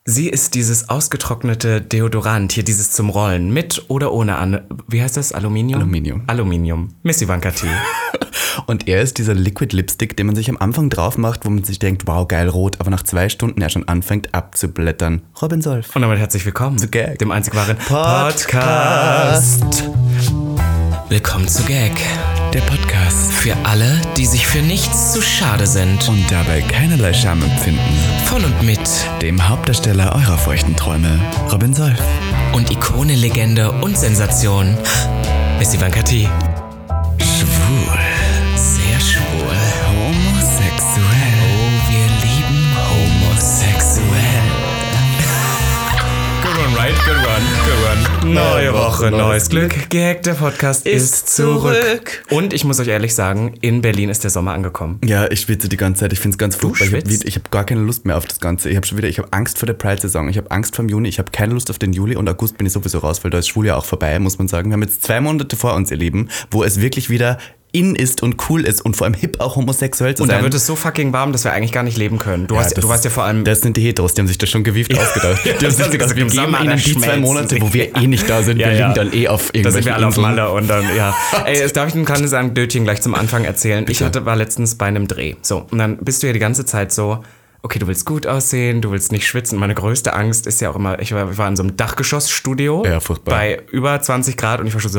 Sie ist dieses ausgetrocknete Deodorant, hier dieses zum Rollen, mit oder ohne, wie heißt das, Aluminium. Miss Ivanka T. Und er ist dieser Liquid Lipstick, den man sich am Anfang drauf macht, wo man sich denkt, wow, geil rot, aber nach 2 Stunden er schon anfängt abzublättern. Robin Solf. Und damit herzlich willkommen zu Gag, dem einzig wahren Podcast. Willkommen zu Gag, der Podcast für alle, die sich für nichts zu schade sind und dabei keinerlei Scham empfinden. Von und mit dem Hauptdarsteller eurer feuchten Träume, Robin Solf. Und Ikone, Legende und Sensation, Miss Ivanka T. Schwul. Sehr schwul. Homosexuell. Oh, wir lieben homosexuell. Good one, right? Good one. Neue Woche, neues Glück. Gag, der Podcast ist zurück. Und ich muss euch ehrlich sagen, in Berlin ist der Sommer angekommen. Ja, ich schwitze die ganze Zeit. Ich finde es ganz furchtbar. Ich habe gar keine Lust mehr auf das Ganze. Ich habe Angst vor der Pride-Saison. Ich habe Angst vor dem Juni. Ich habe keine Lust auf den Juli. Und August bin ich sowieso raus, weil da ist Schwul ja auch vorbei, muss man sagen. Wir haben jetzt 2 Monate vor uns, ihr Lieben, wo es wirklich wieder in ist und cool ist und vor allem hip auch homosexuell zu sein. Und da wird es so fucking warm, dass wir eigentlich gar nicht leben können. Du weißt ja vor allem... Das sind die Heteros, die haben sich das schon gewieft ausgedacht. Die haben sich gesagt, wir geben ihnen die 2 Monate, wo wir eh nicht da sind. Wir liegen dann eh auf irgendwelchen Da sind wir alle Inseln. auf Malle und dann, ja. Ey, darf ich ein kleines Anekdötchen gleich zum Anfang erzählen? Bitte. Ich war letztens bei einem Dreh. So, und dann bist du ja die ganze Zeit so... Okay, du willst gut aussehen, du willst nicht schwitzen. Meine größte Angst ist ja auch immer, ich war in so einem Dachgeschossstudio bei über 20 Grad und ich war schon so,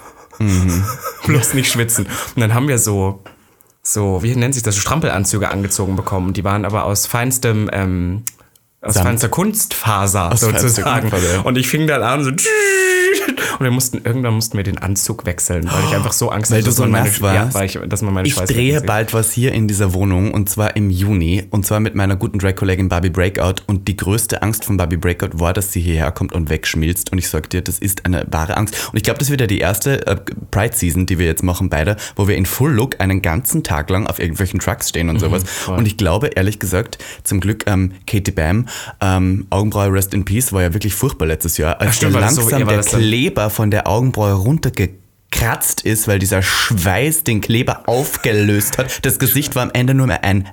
bloß nicht schwitzen. Und dann haben wir so, wie nennt sich das, so Strampelanzüge angezogen bekommen. Die waren aber aus feinster Kunstfaser sozusagen. Und ich fing dann an so... Und irgendwann mussten wir den Anzug wechseln, weil ich einfach so Angst hatte, dass man meine Schweiß... Ich drehe bald was hier in dieser Wohnung und zwar im Juni und zwar mit meiner guten Drag-Kollegin Barbie Breakout und die größte Angst von Barbie Breakout war, dass sie hierher kommt und wegschmilzt und ich sag dir, das ist eine wahre Angst und ich glaube, das wird ja die erste Pride-Season, die wir jetzt machen beide, wo wir in Full Look einen ganzen Tag lang auf irgendwelchen Trucks stehen und sowas und ich glaube, ehrlich gesagt, zum Glück Katie Bam, Augenbraue Rest in Peace, war ja wirklich furchtbar letztes Jahr, als langsam der Kleber von der Augenbraue runtergekratzt ist, weil dieser Schweiß den Kleber aufgelöst hat. Das Gesicht war am Ende nur mehr ein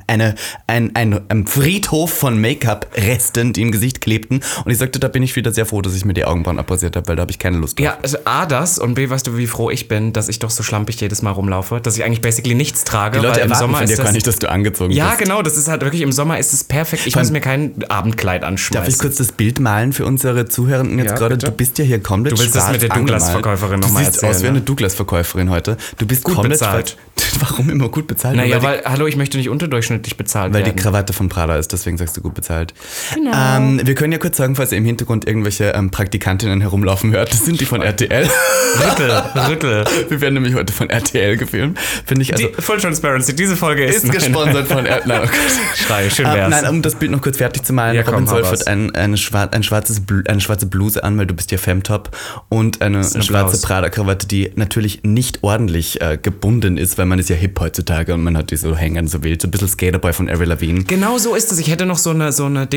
Friedhof von Make-up-Resten, die im Gesicht klebten. Und ich sagte, da bin ich wieder sehr froh, dass ich mir die Augenbrauen abrasiert habe, weil da habe ich keine Lust drauf. Ja, also A, das und B, weißt du, wie froh ich bin, dass ich doch so schlampig jedes Mal rumlaufe, dass ich eigentlich basically nichts trage. Die Leute weil im Sommer von dir gar nicht, dass du angezogen bist. Ja, genau, das ist halt wirklich, im Sommer ist es perfekt. Ich muss mir kein Abendkleid anschmeißen. Darf ich kurz das Bild malen für unsere Zuhörenden jetzt gerade? Du bist ja hier komplett schwarz. Du willst das mit der Douglas-Verkäuferin nochmal erzählen. Du siehst aus wie eine Douglas-Verkäuferin heute. Du bist gut bezahlt. Warum immer gut bezahlt? Naja, hallo, ich möchte nicht unterdurchschnittlich bezahlt werden. Weil die Krawatte von Prada ist, deswegen sagst du gut bezahlt. Genau. Wir können ja kurz sagen, falls ihr im Hintergrund irgendwelche Praktikantinnen herumlaufen hört, das sind die von RTL. Rüttel. Wir werden nämlich heute von RTL gefilmt. Finde ich also. Full Transparency, diese Folge ist gesponsert von RTL. Nein, okay. Schrei, schön wär's. Nein, um das Bild noch kurz fertig zu malen. Ja, Robin Solf hat eine schwarze Bluse an, weil du bist ja Femtop und eine schwarze Prada-Krawatte, die natürlich nicht ordentlich gebunden ist, weil man ist ja hip heutzutage und man hat die so hängen so wild. So ein bisschen Skaterboy von Avril Lavigne. Genau so ist es. Ich hätte noch so eine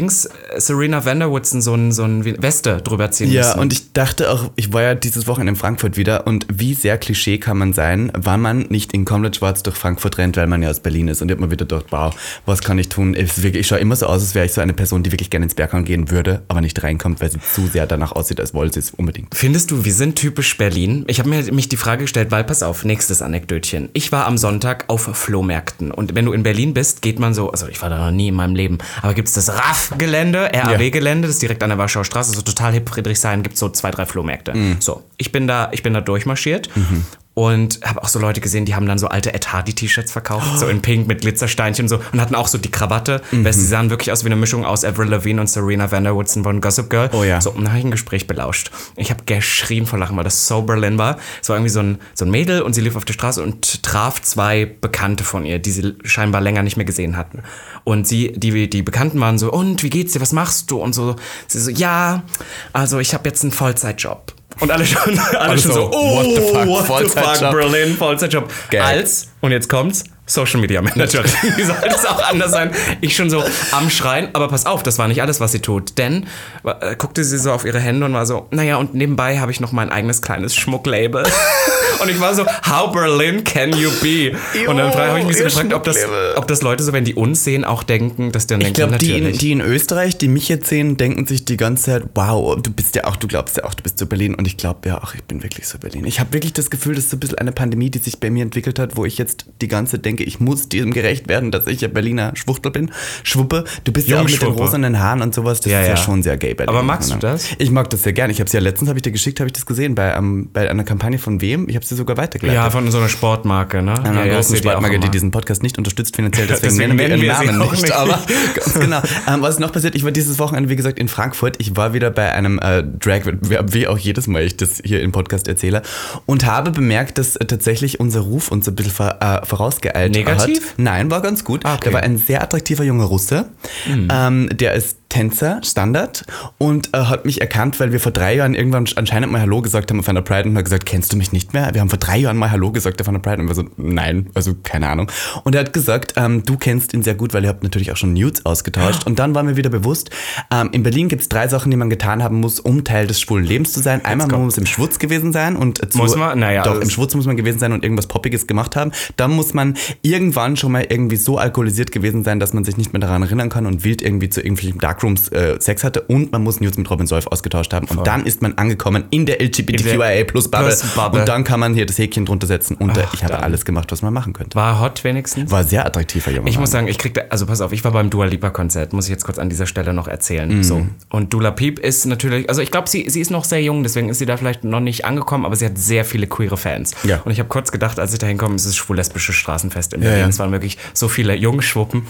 Serena Van der Woodsen, so ein Weste drüber ziehen müssen. Ja, und ich dachte auch, ich war ja dieses Wochenende in Frankfurt wieder und wie sehr Klischee kann man sein, wenn man nicht in komplett schwarz durch Frankfurt rennt, weil man ja aus Berlin ist. Und ich habe mir wieder gedacht, wow, was kann ich tun? Ich schaue immer so aus, als wäre ich so eine Person, die wirklich gerne ins Berghain gehen würde, aber nicht reinkommt, weil sie zu sehr danach aussieht, als wollte sie es unbedingt. Findest du, wir sind typisch Berlin? Ich habe mich die Frage gestellt, weil, pass auf, nächstes Anekdötchen. Ich war am Sonntag auf Flohmärkten und wenn du in Berlin bist, geht man so, also ich war da noch nie in meinem Leben, aber gibt es das RAF-Gelände, RAW-Gelände, das ist direkt an der Warschauer Straße, so total hip, Friedrichshain, gibt es so 2, 3 Flohmärkte. So, ich bin da durchmarschiert. Und habe auch so Leute gesehen, die haben dann so alte Ed Hardy-T-Shirts verkauft, so in Pink mit Glitzersteinchen und so. Und hatten auch so die Krawatte. Die sahen wirklich aus wie eine Mischung aus Avril Lavigne und Serena Van der Woodsen von Gossip Girl. Oh ja. So, und dann habe ich ein Gespräch belauscht. Ich habe geschrien vor Lachen, weil das so Berlin war. Es war irgendwie so ein Mädel und sie lief auf der Straße und traf 2 Bekannte von ihr, die sie scheinbar länger nicht mehr gesehen hatten. Und die Bekannten waren so, und wie geht's dir, was machst du? Und so, sie so, ja, also ich habe jetzt einen Vollzeitjob. Und alle schon so, what the fuck, Berlin, Vollzeitjob. Und jetzt kommt's, Social Media Managerin. Wie soll das auch anders sein? Ich schon so am Schreien, aber pass auf, das war nicht alles, was sie tut. Denn guckte sie so auf ihre Hände und war so, naja, und nebenbei habe ich noch mein eigenes kleines Schmucklabel. Und ich war so, how Berlin can you be? Und dann habe ich mich so gefragt, ob das Leute so, wenn die uns sehen, auch denken, dass der denkt, ich glaube, die in Österreich, die mich jetzt sehen, denken sich die ganze Zeit, wow, du glaubst ja auch, du bist so Berlin. Und ich glaube ja auch, ich bin wirklich so Berlin. Ich habe wirklich das Gefühl, das ist so ein bisschen eine Pandemie, die sich bei mir entwickelt hat, wo ich jetzt die ganze Zeit denke, ich muss diesem gerecht werden, dass ich ja Berliner Schwuchtel bin. Schwuppe. Du bist ja auch mit den rosanen Haaren und sowas. Das ist ja schon sehr gay, Berlin. Aber magst du das? Ich mag das sehr gerne. Ich habe es ja letztens, habe ich dir geschickt, habe ich das gesehen, bei einer Kampagne von wem? Ich habe sie sogar weitergeleitet. Ja, von so einer Sportmarke, ne? Einer großen Sportmarke, die diesen Podcast nicht unterstützt finanziell, deswegen nennen wir ihren Namen nicht. Aber ganz genau. Was ist noch passiert? Ich war dieses Wochenende, wie gesagt, in Frankfurt. Ich war wieder bei einem Drag-Wettbewerb, wie auch jedes Mal ich das hier im Podcast erzähle, und habe bemerkt, dass tatsächlich unser Ruf uns ein bisschen vorausgeeilt hat. Negativ? Nein, war ganz gut. Okay. Der war ein sehr attraktiver junger Russe. Der ist Tänzer, Standard, und hat mich erkannt, weil wir vor 3 Jahren irgendwann anscheinend mal Hallo gesagt haben auf einer Pride, und hat gesagt, kennst du mich nicht mehr? Wir haben vor 3 Jahren mal Hallo gesagt auf einer Pride, und wir so, nein, also keine Ahnung. Und er hat gesagt, du kennst ihn sehr gut, weil ihr habt natürlich auch schon Nudes ausgetauscht. Und dann war mir wieder bewusst, in Berlin gibt es 3 Sachen, die man getan haben muss, um Teil des schwulen Lebens zu sein. Einmal, man muss im Schwutz gewesen sein und muss man? Naja, doch, im Schwutz muss man gewesen sein und irgendwas Poppiges gemacht haben. Dann muss man irgendwann schon mal irgendwie so alkoholisiert gewesen sein, dass man sich nicht mehr daran erinnern kann und wild irgendwie zu irgendwelchen Darkrooms Sex hatte, und man muss Nudes mit Robin Solf ausgetauscht haben. Voll. Und dann ist man angekommen in der LGBTQIA+-Bubble. Und dann kann man hier das Häkchen drunter setzen und ich habe alles gemacht, was man machen könnte. War hot wenigstens? War sehr attraktiver Junge. Ich muss sagen, also pass auf, ich war beim Dua Lipa Konzert, muss ich jetzt kurz an dieser Stelle noch erzählen. So. Und Dua Lipa ist natürlich, also ich glaube, sie ist noch sehr jung, deswegen ist sie da vielleicht noch nicht angekommen, aber sie hat sehr viele queere Fans. Ja. Und ich habe kurz gedacht, als ich da hinkomme, ist das schwul-lesbische Straßenfest in Berlin. Ja. Es waren wirklich so viele Jungschwuppen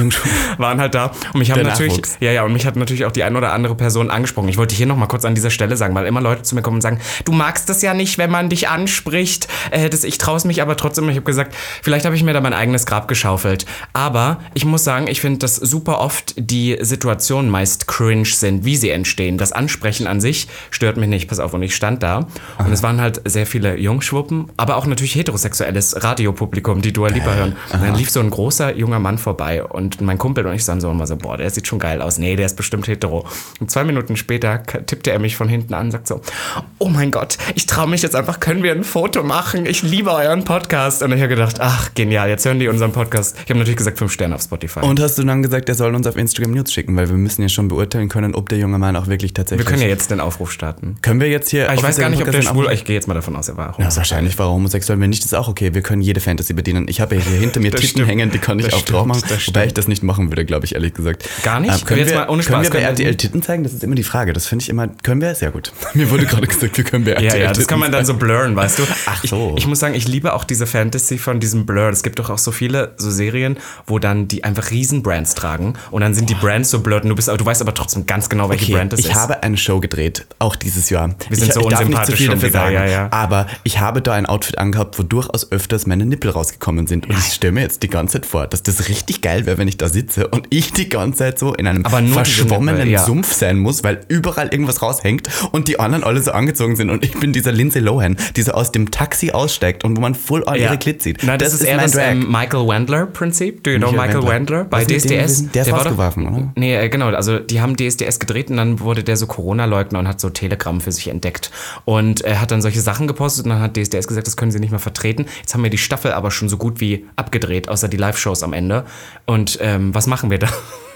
waren halt da. Und mich haben mich hat natürlich auch die ein oder andere Person angesprochen. Ich wollte hier noch mal kurz an dieser Stelle sagen, weil immer Leute zu mir kommen und sagen, du magst das ja nicht, wenn man dich anspricht. Ich traue es mich aber trotzdem. Ich habe gesagt, vielleicht habe ich mir da mein eigenes Grab geschaufelt. Aber ich muss sagen, ich finde, dass super oft die Situationen meist cringe sind, wie sie entstehen. Das Ansprechen an sich stört mich nicht. Pass auf, und ich stand da und es waren halt sehr viele Jungschwuppen, aber auch natürlich heterosexuelles Radiopublikum, die Dua Lipa hören. Und dann lief so ein großer junger Mann vorbei und mein Kumpel und ich sahen so immer so, boah, der sieht schon geil aus. Nee, der ist bestimmt hetero. Und 2 Minuten später tippte er mich von hinten an und sagt so, oh mein Gott, ich traue mich jetzt einfach, können wir ein Foto machen? Ich liebe euren Podcast. Und ich habe gedacht, ach, genial, jetzt hören die unseren Podcast. Ich habe natürlich gesagt 5 Sterne auf Spotify. Und hast du dann gesagt, er soll uns auf Instagram News schicken? Weil wir müssen ja schon beurteilen können, ob der junge Mann auch wirklich tatsächlich... Wir können ja jetzt den Aufruf starten. Können wir jetzt hier... Ich weiß gar nicht, ob der schwul... Ich gehe jetzt mal davon aus, er war homosexuell. Ja, wahrscheinlich war er homosexuell. Wenn nicht, ist auch okay. Wir können jede Fantasy bedienen. Ich habe ja hier hinter mir Titten hängen, die kann ich auch drauf machen. Wobei ich das nicht machen würde, glaube ich, ehrlich gesagt. Gar nicht? Können wir bei RTL Titten zeigen? Das ist immer die Frage. Das finde ich immer... Können wir? Sehr gut. Mir wurde gerade gesagt, wir können bei RTL Titten das kann man dann so blurren, weißt du? Ach so. Ich muss sagen, ich liebe auch diese Fantasy von diesem Blur. Es gibt doch auch so viele so Serien, wo dann die einfach Riesenbrands tragen und dann sind die Brands so blurred und du weißt aber trotzdem ganz genau, welche Brand das ist. Ich habe eine Show gedreht, auch dieses Jahr. Wir sind so unsympathisch darf nicht zu viel dafür wieder, sagen, aber ich habe da ein Outfit angehabt, wo durchaus öfters meine Nippel rausgekommen sind. Und ich stelle mir jetzt die ganze Zeit vor, dass das richtig geil wäre, wenn ich da sitze und ich die ganze Zeit so in einem verschwommenen Sumpf sein muss, weil überall irgendwas raushängt und die anderen alle so angezogen sind und ich bin dieser Lindsay Lohan, die so aus dem Taxi aussteigt und wo man voll an ihre Klit sieht. Nein, das ist eher das Michael Wendler-Prinzip. Do you know Michael Wendler? Bei DSDS. Der ist rausgeworfen, oder? Nee, genau. Also die haben DSDS gedreht und dann wurde der so Corona-Leugner und hat so Telegram für sich entdeckt. Und er hat dann solche Sachen gepostet und dann hat DSDS gesagt, das können sie nicht mehr vertreten. Jetzt haben wir die Staffel aber schon so gut wie abgedreht, außer die Live-Shows am Ende. Und was machen wir da?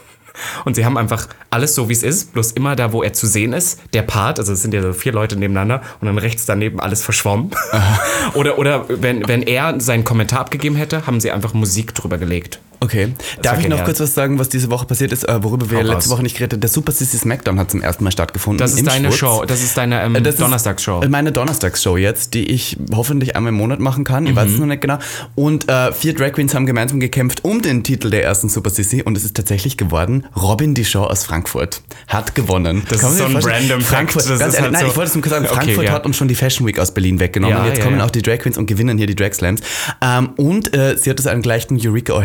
Und sie haben einfach alles so, wie es ist, bloß immer da, wo er zu sehen ist, der Part, also es sind ja so 4 Leute nebeneinander und dann rechts daneben alles verschwommen. Oder wenn er seinen Kommentar abgegeben hätte, haben sie einfach Musik drüber gelegt. Okay. Darf ich noch kurz was sagen, was diese Woche passiert ist, worüber wir letzte Woche nicht geredet haben? Der Super Sissy Smackdown hat zum ersten Mal stattgefunden. Das ist deine Show, das ist deine Donnerstagsshow. Meine Donnerstagsshow jetzt, die ich hoffentlich einmal im Monat machen kann. Ich weiß es noch nicht genau. Und 4 Drag Queens haben gemeinsam gekämpft um den Titel der ersten Super Sissy und es ist tatsächlich geworden, Robin Dijon aus Frankfurt hat gewonnen. Das ist so ein random Frankfurt. Fact. Ganz ehrlich, nein, ich wollte es nur sagen, Frankfurt hat uns schon die Fashion Week aus Berlin weggenommen. Jetzt kommen auch die Drag Queens und gewinnen hier die Drag Slams. Und sie hat das einen gleichen Eureka O'Hara-Moment.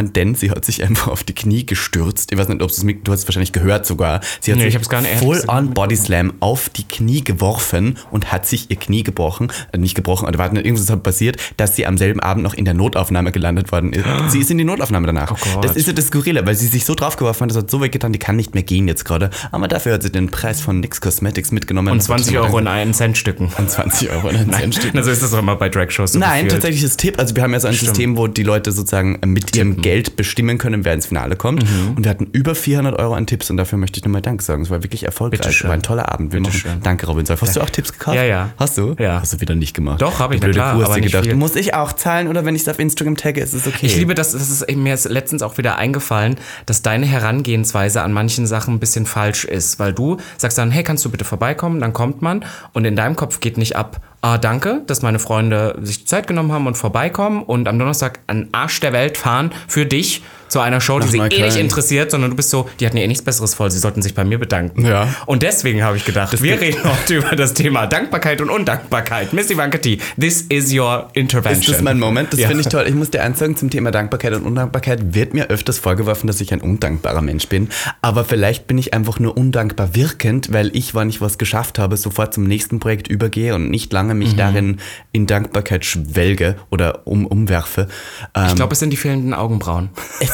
mitgenommen, denn sie hat sich einfach auf die Knie gestürzt. Ich weiß nicht, ob du hast es wahrscheinlich gehört sogar. Sie hat sich full-on Bodyslam auf die Knie geworfen und hat sich ihr Knie gebrochen. Nicht gebrochen, oder warte, irgendwas ist passiert, dass sie am selben Abend noch in der Notaufnahme gelandet worden ist. Sie ist in die Notaufnahme danach. Oh Gott. Das ist ja das Skurrile, weil sie sich so draufgeworfen hat, das hat so wehgetan, die kann nicht mehr gehen jetzt gerade. Aber dafür hat sie den Preis von NYX Cosmetics mitgenommen. Und 20 Euro in 1 Cent Stücken. Und 20 Euro in 1 Cent Stücken. Also ist das doch immer bei Drag-Shows so Nein, gefühlt. tatsächlich das Tipp. Also wir haben ja so ein System, wo die Leute sozusagen mit ihrem Geld bestimmen können, wer ins Finale kommt. Und wir hatten über 400 Euro an Tipps und dafür möchte ich nochmal Danke sagen. Es war wirklich erfolgreich. Es war ein toller Abend. Danke, Robin Solf. Hast du auch Tipps gekauft? Ja. Hast du? Ja. Hast du wieder nicht gemacht? Doch, habe ich, blöde klar, Kuh, aber nicht gedacht, viel. muss ich auch zahlen oder wenn ich es auf Instagram tagge, ist es okay? Ich liebe das ist mir ist letztens auch wieder eingefallen, dass deine Herangehensweise an manchen Sachen ein bisschen falsch ist, weil du sagst dann, hey, kannst du bitte vorbeikommen? Dann kommt man und in deinem Kopf geht nicht ab, danke, dass meine Freunde sich die Zeit genommen haben und vorbeikommen und am Donnerstag an Arsch der Welt fahren für dich zu einer Show, die sie nicht interessiert, sondern du bist so, die hatten ja nichts Besseres vor, sie sollten sich bei mir bedanken. Ja. Und deswegen habe ich gedacht, wir reden heute über das Thema Dankbarkeit und Undankbarkeit. Miss Ivanka T, this is your intervention. Ist das mein Moment? Das finde ich toll. Ich muss dir eins sagen, zum Thema Dankbarkeit und Undankbarkeit wird mir öfters vorgeworfen, dass ich ein undankbarer Mensch bin. Aber vielleicht bin ich einfach nur undankbar wirkend, weil ich, wenn ich was geschafft habe, sofort zum nächsten Projekt übergehe und nicht lange mich darin in Dankbarkeit schwelge oder umwerfe. Ich glaube, es sind die fehlenden Augenbrauen.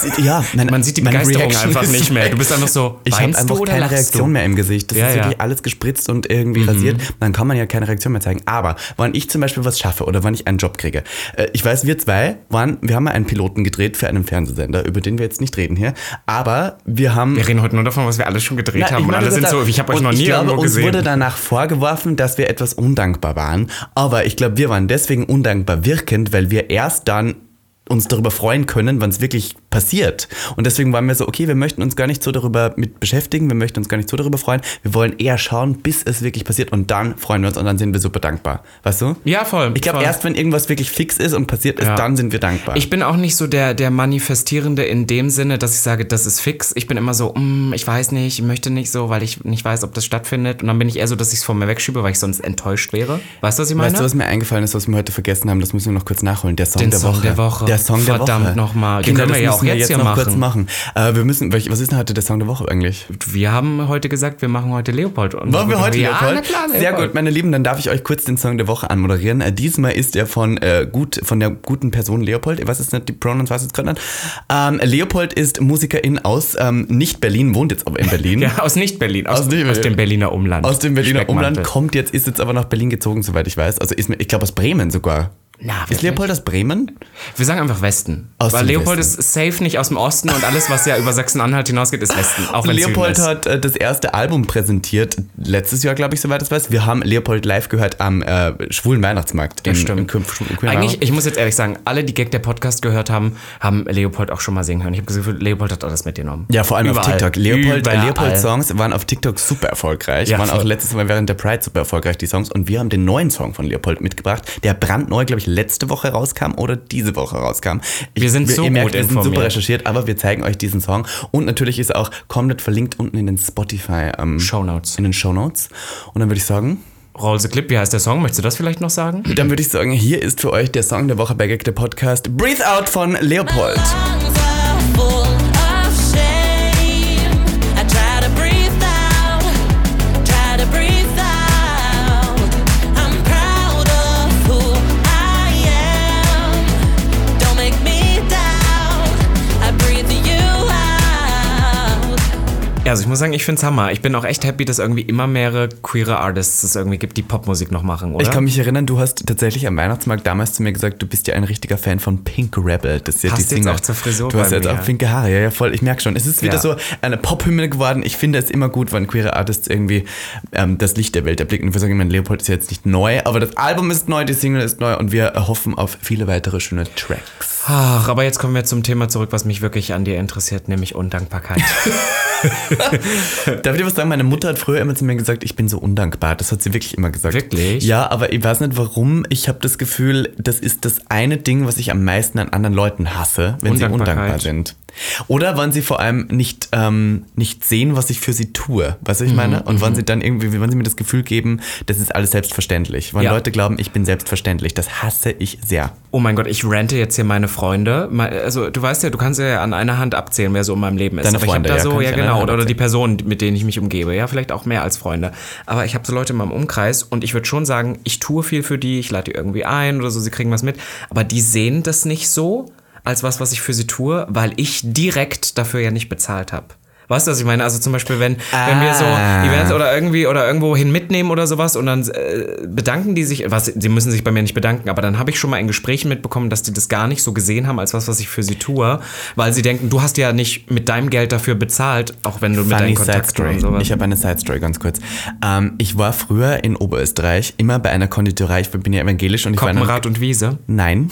Man sieht die Begeisterung Reaction einfach nicht mehr. Du bist einfach so, ich habe einfach keine Reaktion mehr im Gesicht. Das ist wirklich alles gespritzt und irgendwie rasiert. Dann kann man ja keine Reaktion mehr zeigen. Aber wenn ich zum Beispiel was schaffe oder wenn ich einen Job kriege, ich weiß, wir haben mal einen Piloten gedreht für einen Fernsehsender, über den wir jetzt nicht reden hier, aber wir reden heute nur davon, was wir alles schon gedreht haben. Und alle sind so, ich habe euch noch nie irgendwo gesehen. Uns wurde danach vorgeworfen, dass wir etwas undankbar waren. Aber ich glaube, wir waren deswegen undankbar wirkend, weil wir erst dann uns darüber freuen können, wann es wirklich passiert. Und deswegen waren wir so, okay, wir möchten uns gar nicht so darüber mit beschäftigen, wir möchten uns gar nicht so darüber freuen, wir wollen eher schauen, bis es wirklich passiert und dann freuen wir uns und dann sind wir super dankbar. Weißt du? Ja, voll. Ich glaube, erst wenn irgendwas wirklich fix ist und passiert ist, dann sind wir dankbar. Ich bin auch nicht so der Manifestierende in dem Sinne, dass ich sage, das ist fix. Ich bin immer so, ich weiß nicht, ich möchte nicht so, weil ich nicht weiß, ob das stattfindet. Und dann bin ich eher so, dass ich es von mir wegschiebe, weil ich sonst enttäuscht wäre. Weißt du, was ich meine? Weißt du, was mir eingefallen ist, was wir heute vergessen haben? Das müssen wir noch kurz nachholen. Der Song der Woche. Der Song der Woche. Verdammt nochmal. Den können wir ja auch jetzt hier noch kurz machen. Wir müssen, was ist denn heute der Song der Woche eigentlich? Wir haben heute gesagt, wir machen heute Leopold. Wollen wir heute Leopold? Na klar, Leopold. Sehr gut, meine Lieben, dann darf ich euch kurz den Song der Woche anmoderieren. Diesmal ist er von der guten Person Leopold. Ich weiß jetzt nicht, die Pronouns weiß ich jetzt gerade nicht. Leopold ist Musikerin aus Nicht-Berlin, wohnt jetzt aber in Berlin. Ja, aus Nicht-Berlin, aus dem Berliner Umland. Aus dem Berliner Umland, ist jetzt aber nach Berlin gezogen, soweit ich weiß. Also ich glaube aus Bremen sogar. Ist Leopold aus Bremen? Wir sagen einfach Westen. Weil Leopold ist safe nicht aus dem Osten und alles, was ja über Sachsen-Anhalt hinausgeht, ist Westen. Auch wenn Leopold hat das erste Album präsentiert, letztes Jahr, glaube ich, soweit ich weiß. Wir haben Leopold live gehört am schwulen Weihnachtsmarkt. Das stimmt. Eigentlich, ich muss jetzt ehrlich sagen, alle, die Gag der Podcast gehört haben, haben Leopold auch schon mal singen hören. Ich habe das Gefühl, Leopold hat alles mitgenommen. Ja, vor allem überall. Auf TikTok. Leopold-Songs waren auf TikTok super erfolgreich. Waren auch letztes Mal während der Pride super erfolgreich, die Songs. Und wir haben den neuen Song von Leopold mitgebracht, der brandneu, glaube ich, letzte Woche rauskam oder diese Woche rauskam. Wir sind so gut informiert. Wir sind super recherchiert, aber wir zeigen euch diesen Song. Und natürlich ist er auch komplett verlinkt unten in den Spotify Shownotes. In den Shownotes. Und dann würde ich sagen, Roll the Clip, wie heißt der Song? Möchtest du das vielleicht noch sagen? Dann würde ich sagen, hier ist für euch der Song der Woche bei Gag der Podcast. Breathe Out von Leopold. Also ich muss sagen, ich find's Hammer. Ich bin auch echt happy, dass irgendwie immer mehrere queere Artists es irgendwie gibt, die Popmusik noch machen, oder? Ich kann mich erinnern, du hast tatsächlich am Weihnachtsmarkt damals zu mir gesagt, du bist ja ein richtiger Fan von Pink Rebel. Das ist ja Passt die Single. Jetzt auch zur Frisur. Du hast jetzt auch pinke Haare, ja voll. Ich merke schon. Es ist wieder so eine Pop-Hymne geworden. Ich finde es immer gut, wenn queere Artists irgendwie das Licht der Welt erblicken. Und wir sagen immer, Leopold ist ja jetzt nicht neu, aber das Album ist neu, die Single ist neu und wir hoffen auf viele weitere schöne Tracks. Ach, aber jetzt kommen wir zum Thema zurück, was mich wirklich an dir interessiert, nämlich Undankbarkeit. Darf ich dir was sagen? Meine Mutter hat früher immer zu mir gesagt, ich bin so undankbar. Das hat sie wirklich immer gesagt. Wirklich? Ja, aber ich weiß nicht warum. Ich habe das Gefühl, das ist das eine Ding, was ich am meisten an anderen Leuten hasse, wenn sie undankbar sind. Oder wenn sie vor allem nicht sehen, was ich für sie tue. Weißt du, was ich meine? Und wenn sie dann irgendwie, wenn sie mir das Gefühl geben, das ist alles selbstverständlich. Wenn Leute glauben, ich bin selbstverständlich, das hasse ich sehr. Oh mein Gott, ich rante jetzt hier meine Freunde. Also du weißt ja, du kannst ja an einer Hand abzählen, wer so in meinem Leben ist. Deine aber Freunde, ich habe da so, ja genau, oder die Personen, mit denen ich mich umgebe. Ja, vielleicht auch mehr als Freunde. Aber ich habe so Leute in meinem Umkreis und ich würde schon sagen, ich tue viel für die, ich lade die irgendwie ein oder so, sie kriegen was mit. Aber die sehen das nicht so als was ich für sie tue, weil ich direkt dafür ja nicht bezahlt habe. Weißt du, was ich meine? Also zum Beispiel, wenn wir so Events oder irgendwo hin mitnehmen oder sowas und dann bedanken die sich, sie müssen sich bei mir nicht bedanken, aber dann habe ich schon mal in Gesprächen mitbekommen, dass die das gar nicht so gesehen haben als was ich für sie tue, weil sie denken, du hast ja nicht mit deinem Geld dafür bezahlt, auch wenn du mit deinen Kontakten und sowas. Ich habe eine Side-Story, ganz kurz. Ich war früher in Oberösterreich immer bei einer Konditorei, ich bin ja evangelisch und ich war Koppenrad und Wiese? Nein.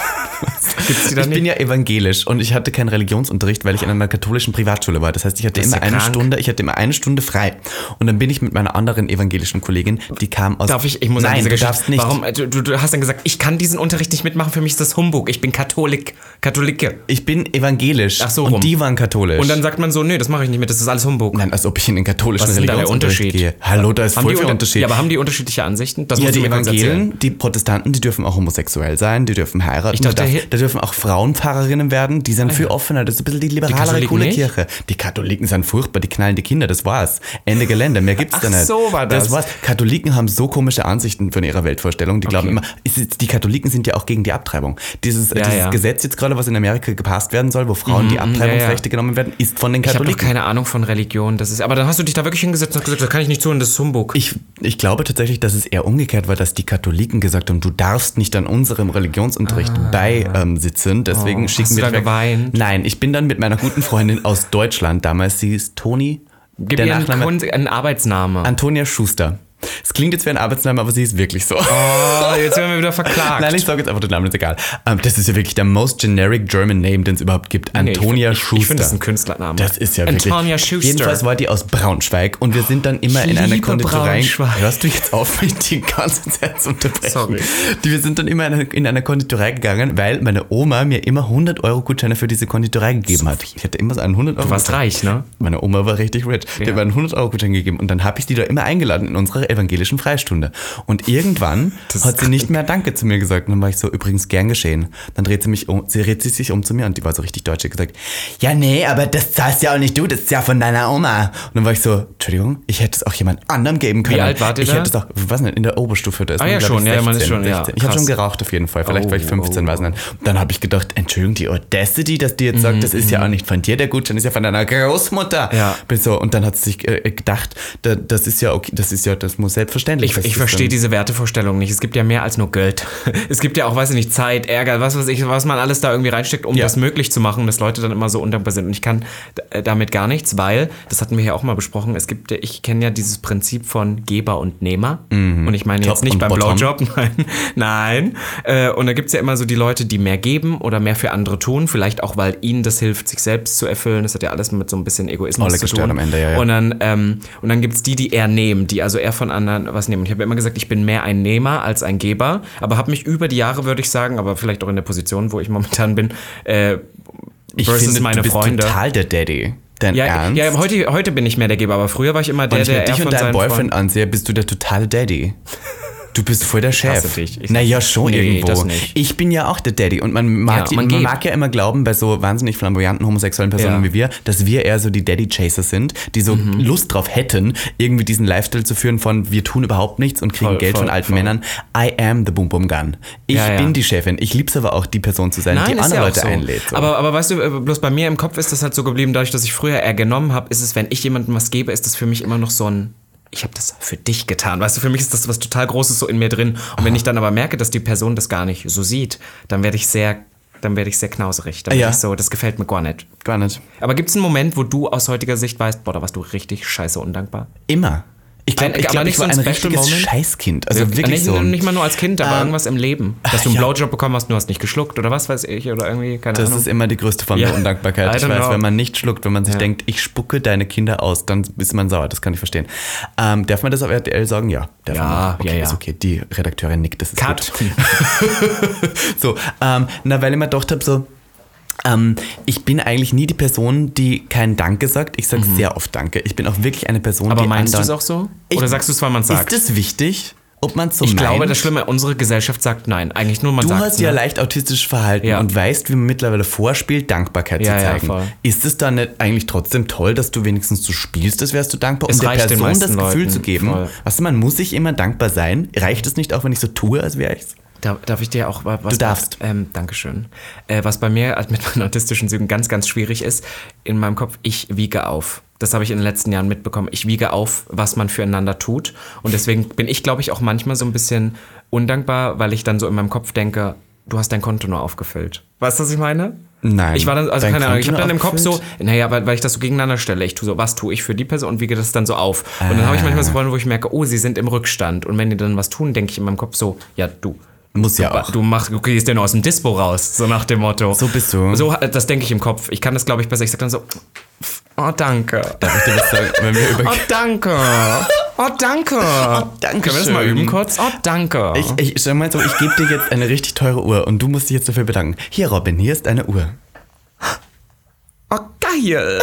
Gibt's die da ich nicht? bin ja evangelisch und ich hatte keinen Religionsunterricht, weil ich in einer katholischen Privatschule war. Das heißt, ich hatte immer eine Stunde frei. Und dann bin ich mit meiner anderen evangelischen Kollegin, die kam aus... Ich muss Nein, an diese du Geschichte. darfst nicht. Warum? Du hast dann gesagt, ich kann diesen Unterricht nicht mitmachen, für mich ist das Humbug. Ich bin Katholike. Ich bin evangelisch. Ach so und rum. die waren katholisch. Und dann sagt man so, nee, das mache ich nicht mit, das ist alles Humbug. Nein, als ob ich in den katholischen Was ist denn da der Religionsunterricht Unterschied? gehe. Hallo, da ist voll viel Unterschied. Ja, aber haben die unterschiedliche Ansichten? Das Ja, musst du die mir kurz erzählen. Evangelen, die Protestanten, die dürfen auch homosexuell sein, die dürfen heiraten. Ich dachte, da dürfen auch Frauenpfarrerinnen werden, die sind viel offener. Das ist ein bisschen die liberalere, Katholiken coole nicht? Kirche. Die Katholiken sind furchtbar, die knallen die Kinder, das war's. Ende Gelände, mehr gibt's da nicht. Ach so war das. Das war's. Katholiken haben so komische Ansichten von ihrer Weltvorstellung. Die glauben immer, die Katholiken sind ja auch gegen die Abtreibung. Dieses Gesetz jetzt gerade, was in Amerika gepasst werden soll, wo Frauen die Abtreibungsrechte genommen werden, ist von den Katholiken. Ich habe doch keine Ahnung von Religion. Aber dann hast du dich da wirklich hingesetzt und hast gesagt, das kann ich nicht tun, das ist Humbug. Ich glaube tatsächlich, dass es eher umgekehrt war, dass die Katholiken gesagt haben, du darfst nicht an unserem Religionsunterricht sitzen, deswegen schicken wir dich weg. Geweint? Nein, ich bin dann mit meiner guten Freundin aus Deutschland, damals sie ist Toni, Gib ihr einen Arbeitsname. Antonia Schuster. Es klingt jetzt wie ein Arbeitsname, aber sie ist wirklich so. Oh, jetzt werden wir wieder verklagt. Nein, ich sage jetzt einfach den Namen, ist egal. Das ist ja wirklich der most generic German Name, den es überhaupt gibt. Antonia Schuster. Ich finde, das ist ein Künstlername. Das ist ja wirklich. Antonia Schuster. Jedenfalls war die aus Braunschweig und wir sind dann immer in einer Konditorei. Hörst du jetzt auf, mich die ganze Zeit zu unterbrechen? Sorry. Wir sind dann immer in eine Konditorei gegangen, weil meine Oma mir immer 100-Euro-Gutscheine für diese Konditorei gegeben hat. Ich hatte immer so einen 100-Euro-Gutschein. Du warst reich, ne? Meine Oma war richtig rich. Die hat mir einen 100-Euro-Gutschein gegeben und dann habe ich die da immer eingeladen in unsere evangelischen Freistunde. Und irgendwann hat sie nicht mehr Danke zu mir gesagt. Und dann war ich so, übrigens gern geschehen. Dann dreht sie sich um zu mir und die war so richtig deutsch. Die hat gesagt, ja nee, aber das zahlst ja auch nicht du, das ist ja von deiner Oma. Und dann war ich so, Entschuldigung, ich hätte es auch jemand anderem geben können. Wie alt wart ihr da? Ich hätte es auch, weiß nicht, in der Oberstufe. Da ist man, ja, schon, 16, man ist schon, 16. ja. Ich habe schon geraucht auf jeden Fall, vielleicht war ich 15, weiß nicht. Und dann habe ich gedacht, Entschuldigung, die Audacity, dass die jetzt sagt, das ist ja auch nicht von dir der Gutschein, das ist ja von deiner Großmutter. Ja. So, und dann hat sie sich gedacht, das ist ja okay, das muss selbstverständlich sein. Ich verstehe diese Wertevorstellung nicht. Es gibt ja mehr als nur Geld. Es gibt ja auch, weiß ich nicht, Zeit, Ärger, was man alles da irgendwie reinsteckt, um das möglich zu machen, dass Leute dann immer so undankbar sind. Und ich kann damit gar nichts, weil, das hatten wir ja auch mal besprochen, ich kenne ja dieses Prinzip von Geber und Nehmer. Und ich meine jetzt nicht beim Blowjob, nein. Und da gibt es ja immer so die Leute, die mehr geben oder mehr für andere tun, vielleicht auch, weil ihnen das hilft, sich selbst zu erfüllen. Das hat ja alles mit so ein bisschen Egoismus zu tun. Am Ende, ja. Und dann gibt es die eher nehmen, die also eher von anderen was nehmen. Und ich habe immer gesagt, ich bin mehr ein Nehmer als ein Geber, aber habe mich über die Jahre, würde ich sagen, aber vielleicht auch in der Position, wo ich momentan bin, ich versus finde, meine du bist Freunde. Total der Daddy. Dein Ernst? Ja, heute bin ich mehr der Geber, aber früher war ich immer der, Wenn ich mir der dich eher und von deinen seinen Boyfriend ansehe, bist du der totale Daddy. Du bist voll der Chef. hasse dich. Naja, schon irgendwo. Das nicht. Ich bin ja auch der Daddy und man mag ja immer glauben, bei so wahnsinnig flamboyanten homosexuellen Personen wie wir, dass wir eher so die Daddy-Chaser sind, die so Lust drauf hätten, irgendwie diesen Lifestyle zu führen von wir tun überhaupt nichts und kriegen Geld von alten Männern. I am the Boom Boom Gun. Ich bin die Chefin. Ich lieb's aber auch, die Person zu sein, die andere Leute einlädt. So. Aber weißt du, bloß bei mir im Kopf ist das halt so geblieben, dadurch, dass ich früher eher genommen habe, ist es, wenn ich jemandem was gebe, ist das für mich immer noch so ein ich habe das für dich getan. Weißt du, für mich ist das was total Großes so in mir drin. Und wenn ich dann aber merke, dass die Person das gar nicht so sieht, dann werde ich sehr knauserig. Dann werde ich so, das gefällt mir gar nicht. Gar nicht. Aber gibt es einen Moment, wo du aus heutiger Sicht weißt, boah, da warst du richtig scheiße undankbar? Immer. Ich glaube, ich war ein richtiges Scheißkind. Also wirklich so. Nicht mal nur als Kind, aber irgendwas im Leben. Dass du einen Blowjob bekommen hast, du hast nicht geschluckt oder was weiß ich. Oder irgendwie, keine Ahnung. Das ist immer die größte Form der Undankbarkeit. Ich weiß, wenn man nicht schluckt, wenn man sich denkt, ich spucke deine Kinder aus, dann ist man sauer. Das kann ich verstehen. Darf man das auf RTL sagen? Ja. Ist okay. Die Redakteurin nickt, das ist Cut. Gut. So, weil ich mir gedacht habe, so, Ich bin eigentlich nie die Person, die kein Danke sagt. Ich sage sehr oft Danke. Ich bin auch wirklich eine Person, Aber die meinst du es auch so? Oder sagst du es, weil man es sagt? Ist das wichtig? Ob man es so meint? Ich glaube, das Schlimme, unsere Gesellschaft sagt nein. Eigentlich nur man sagt es. Du hast ja leicht autistisches Verhalten und weißt, wie man mittlerweile vorspielt, Dankbarkeit zu zeigen. Voll. Ist es dann nicht eigentlich trotzdem toll, dass du wenigstens so spielst, als wärst du dankbar, um Es der reicht den Person das meisten Gefühl Leuten. zu geben? Voll. Weißt du, man muss sich immer dankbar sein. Reicht es nicht auch, wenn ich so tue, als wäre ich's? Darf ich dir auch was? Du darfst. Dankeschön. Was bei mir mit meinen autistischen Zügen ganz, ganz schwierig ist, in meinem Kopf, ich wiege auf. Das habe ich in den letzten Jahren mitbekommen. Ich wiege auf, was man füreinander tut. Und deswegen bin ich, glaube ich, auch manchmal so ein bisschen undankbar, weil ich dann so in meinem Kopf denke, du hast dein Konto nur aufgefüllt. Weißt du, was ich meine? Nein. Ich war dann, also Dein keine Ahnung, ich Konto habe dann im Kopf so, aufgefüllt? weil ich das so gegeneinander stelle. Ich tue so, was tue ich für die Person und wiege das dann so auf. Und dann habe ich manchmal so Freunde, wo ich merke, oh, sie sind im Rückstand. Und wenn die dann was tun, denke ich in meinem Kopf so, ja, du. Muss ja auch. Du gehst ja nur aus dem Dispo raus, so nach dem Motto. So bist du. So, das denke ich im Kopf. Ich kann das, glaube ich, besser. Ich sage dann so, oh, danke. Darf ich dir was sagen? Wenn wir über Oh, danke. Oh, danke. danke Können wir das mal schön. üben kurz? Oh, danke. Ich stell mal so, ich gebe dir jetzt eine richtig teure Uhr und du musst dich jetzt dafür bedanken. Hier, Robin, hier ist eine Uhr. Oh, geil.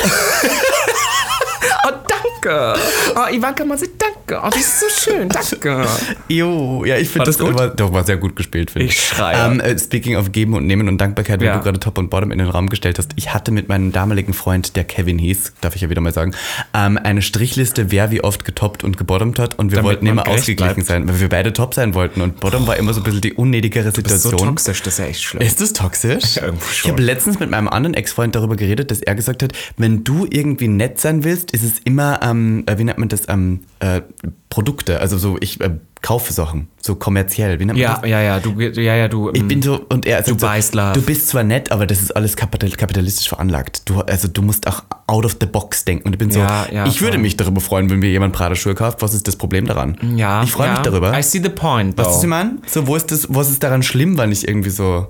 Oh, danke. Oh, Ivanka, man sagt danke. Oh, die ist so schön. Danke. Jo, ja, ich finde War das gut? War sehr gut gespielt, finde ich. Ich schreie. Speaking of Geben und Nehmen und Dankbarkeit, weil Ja. du gerade Top und Bottom in den Raum gestellt hast. Ich hatte mit meinem damaligen Freund, der Kevin hieß, darf ich ja wieder mal sagen, eine Strichliste, wer wie oft getoppt und gebottomt hat. Und wir Damit wollten man immer gerecht ausgeglichen bleibt. sein, weil wir beide top sein wollten. Und Bottom war immer so ein bisschen die unnötigere Das ist so Situation. toxisch, das ist ja echt schlimm. Ist das toxisch? Ja, irgendwo Ich schon. habe letztens mit meinem anderen Ex-Freund darüber geredet, dass er gesagt hat, wenn du irgendwie nett sein willst, ist es immer, wie nennt man das, Produkte. Also so, ich kaufe Sachen, so kommerziell. Wie nennt man das? Du. Ich bin so, und er sagt Du beißt Love. du bist zwar nett, aber das ist alles kapitalistisch veranlagt. Du musst auch out of the box denken. Und ich bin ich würde voll. mich darüber freuen, wenn mir jemand Prada-Schuhe kauft. Was ist das Problem daran? Ja, Ich freue mich ja. darüber. I see the point, though. Weißt du, was ich meine? So, was ist daran schlimm, wenn ich irgendwie so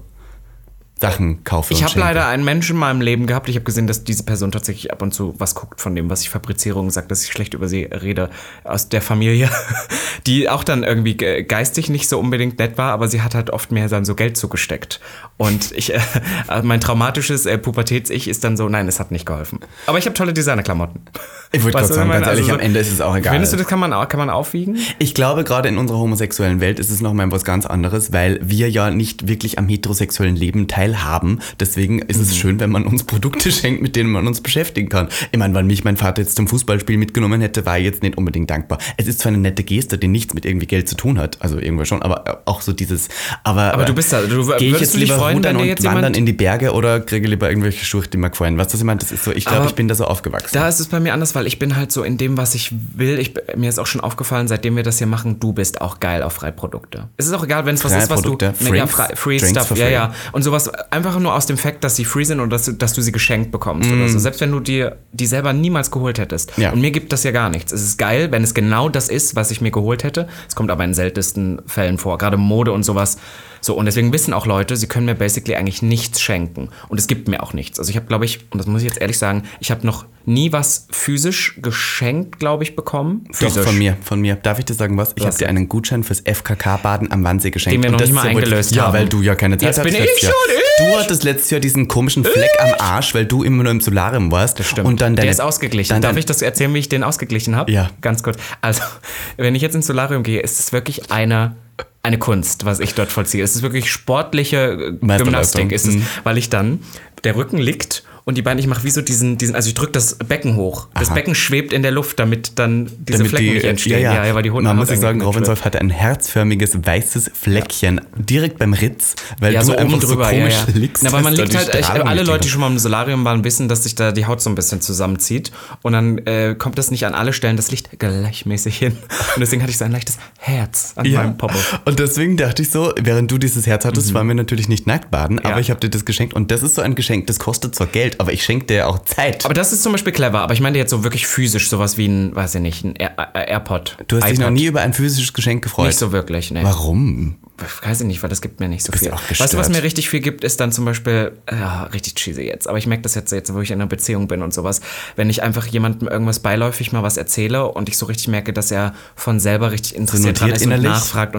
Sachen kaufe? Ich und habe schenke? leider einen Menschen in meinem Leben gehabt. Ich habe gesehen, dass diese Person tatsächlich ab und zu was guckt von dem, was ich fabriziere und sagt, dass ich schlecht über sie rede. Aus der Familie, die auch dann irgendwie geistig nicht so unbedingt nett war, aber sie hat halt oft mehr dann so Geld zugesteckt. Und mein traumatisches Pubertäts-Ich ist dann so, nein, es hat nicht geholfen. Aber ich habe tolle Designerklamotten. Ich wollte Weißt gerade du, sagen, was ich ganz meine? ehrlich, Also am Ende ist es auch egal. Findest du, das kann man aufwiegen? Ich glaube, gerade in unserer homosexuellen Welt ist es nochmal was ganz anderes, weil wir ja nicht wirklich am heterosexuellen Leben teilhaben. Deswegen ist es schön, wenn man uns Produkte schenkt, mit denen man uns beschäftigen kann. Ich meine, wenn mich mein Vater jetzt zum Fußballspiel mitgenommen hätte, war ich jetzt nicht unbedingt dankbar. Es ist zwar eine nette Geste, die nichts mit irgendwie Geld zu tun hat, also irgendwo schon, aber auch so dieses... Aber du bist da, gehe ich würdest jetzt du dich lieber freuen, rudern wenn dir und jetzt wandern jemand... in die Berge oder kriege lieber irgendwelche Schuhe, die mir gefallen? Weißt du, was ich meine? Das ist so, ich glaube, Aber ich bin da so aufgewachsen. Da ist es bei mir anders, weil ich bin halt so in dem, was ich will. Mhm. Mir ist auch schon aufgefallen, seitdem wir das hier machen, du bist auch geil auf Freiprodukte. Es ist auch egal, wenn es was ist, was du... Freiprodukte, Free Drinks Stuff, for ja, free. ja. Und sowas einfach nur aus dem Fakt, dass sie free sind und dass du sie geschenkt bekommst oder so. Selbst wenn du dir die selber niemals geholt hättest. Ja. Und mir gibt das ja gar nichts. Es ist geil, wenn es genau das ist, was ich mir geholt hätte. Es kommt aber in seltensten Fällen vor. Gerade Mode und sowas. So, und deswegen wissen auch Leute, sie können mir basically eigentlich nichts schenken. Und es gibt mir auch nichts. Also ich habe, glaube ich, und das muss ich jetzt ehrlich sagen, ich habe noch nie was physisch geschenkt, glaube ich, bekommen. Doch, von mir. Darf ich dir sagen was? Ich habe dir einen Gutschein fürs FKK-Baden am Wannsee geschenkt. Den wir noch Und das nicht mal ist ja wohl- eingelöst Ja, haben. weil du ja keine Zeit Jetzt hast bin letztes ich Jahr. schuld, Du hattest letztes Jahr diesen komischen Fleck am Arsch, weil du immer nur im Solarium warst. Das stimmt. Und dann Der ist ausgeglichen. Darf ich das erzählen, wie ich den ausgeglichen habe? Ja. Ganz kurz. Also, wenn ich jetzt ins Solarium gehe, ist es wirklich eine Kunst, was ich dort vollziehe. Es ist wirklich sportliche Meisterleistung. Gymnastik, ist es, weil ich dann, der Rücken liegt und die Beine, ich mache wie so diesen, also ich drücke das Becken hoch. Das Aha. Becken schwebt in der Luft, damit dann diese Flecken nicht entstehen. Ja, weil die Haut man muss ja eigentlich sagen, nicht Robin schwimmt. Solf hatte ein herzförmiges weißes Fleckchen direkt beim Ritz, weil Ja, du so oben einfach drüber, so komisch ja. liegst. Na, weil man dass da liegt die halt, Strahlung alle nicht Leute, die hinkommt. schon mal im Solarium waren, wissen, dass sich da die Haut so ein bisschen zusammenzieht und dann kommt das nicht an alle Stellen das Licht gleichmäßig hin und deswegen hatte ich so ein leichtes Herz an meinem Popo. Und deswegen dachte ich so, während du dieses Herz hattest, waren wir natürlich nicht nackt baden, aber ich habe dir das geschenkt und das ist so ein Geschenk, das kostet zwar Geld, aber ich schenke dir ja auch Zeit. Aber das ist zum Beispiel clever, aber ich meine jetzt so wirklich physisch, sowas wie ein, weiß ich nicht, ein AirPod. Du hast dich iPod. noch nie über ein physisches Geschenk gefreut. Nicht so wirklich, ne. Warum? Weiß ich nicht, weil das gibt mir nicht so bist viel. ja auch Weißt du, was gestört. mir richtig viel gibt, ist dann zum Beispiel, richtig cheesy jetzt, aber ich merke das jetzt, wo ich in einer Beziehung bin und sowas, wenn ich einfach jemandem irgendwas beiläufig mal was erzähle und ich so richtig merke, dass er von selber richtig interessiert dran notiert ist und innerlich? nachfragt und das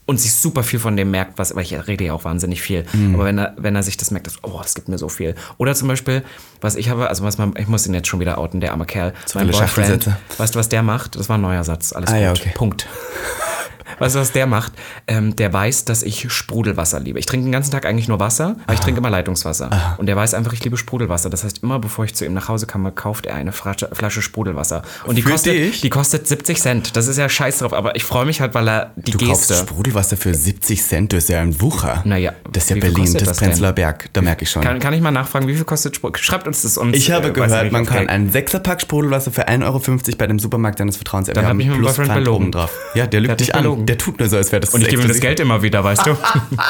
und sich super viel von dem merkt, weil ich rede ja auch wahnsinnig viel. Aber wenn er sich das merkt, das gibt mir so viel. Oder zum Beispiel, was ich habe, ich muss ihn jetzt schon wieder outen, der arme Kerl. Mein Boyfriend. Weißt du, was der macht? Das war ein neuer Satz. Alles gut. Ja, okay. Punkt. Weißt du, was der macht? Der weiß, dass ich Sprudelwasser liebe. Ich trinke den ganzen Tag eigentlich nur Wasser, aber ich trinke immer Leitungswasser. Und der weiß einfach, ich liebe Sprudelwasser. Das heißt, immer bevor ich zu ihm nach Hause komme, kauft er eine Flasche Sprudelwasser. Und die kostet 70 Cent. Das ist ja scheiß drauf, aber ich freue mich halt, weil er die Geste... Du kaufst Sprudelwasser für 70 Cent, das ist ja ein Wucher. Naja. Das ist ja Berlin, das ist Prenzlauer Berg, da merke ich schon. Kann ich mal nachfragen, wie viel kostet Sprudelwasser? Schreibt uns das uns. Ich habe gehört, man kann einen 6er-Pack Sprudelwasser für 1,50 € bei dem Supermarkt deines Vertrauens erwerben. Dann habe ich mit meinem Boyfriend belogen. Drauf. Ja, der lügt dich an. Der tut nur so, als wäre das. Und ich gebe ihm das Geld immer wieder, weißt du?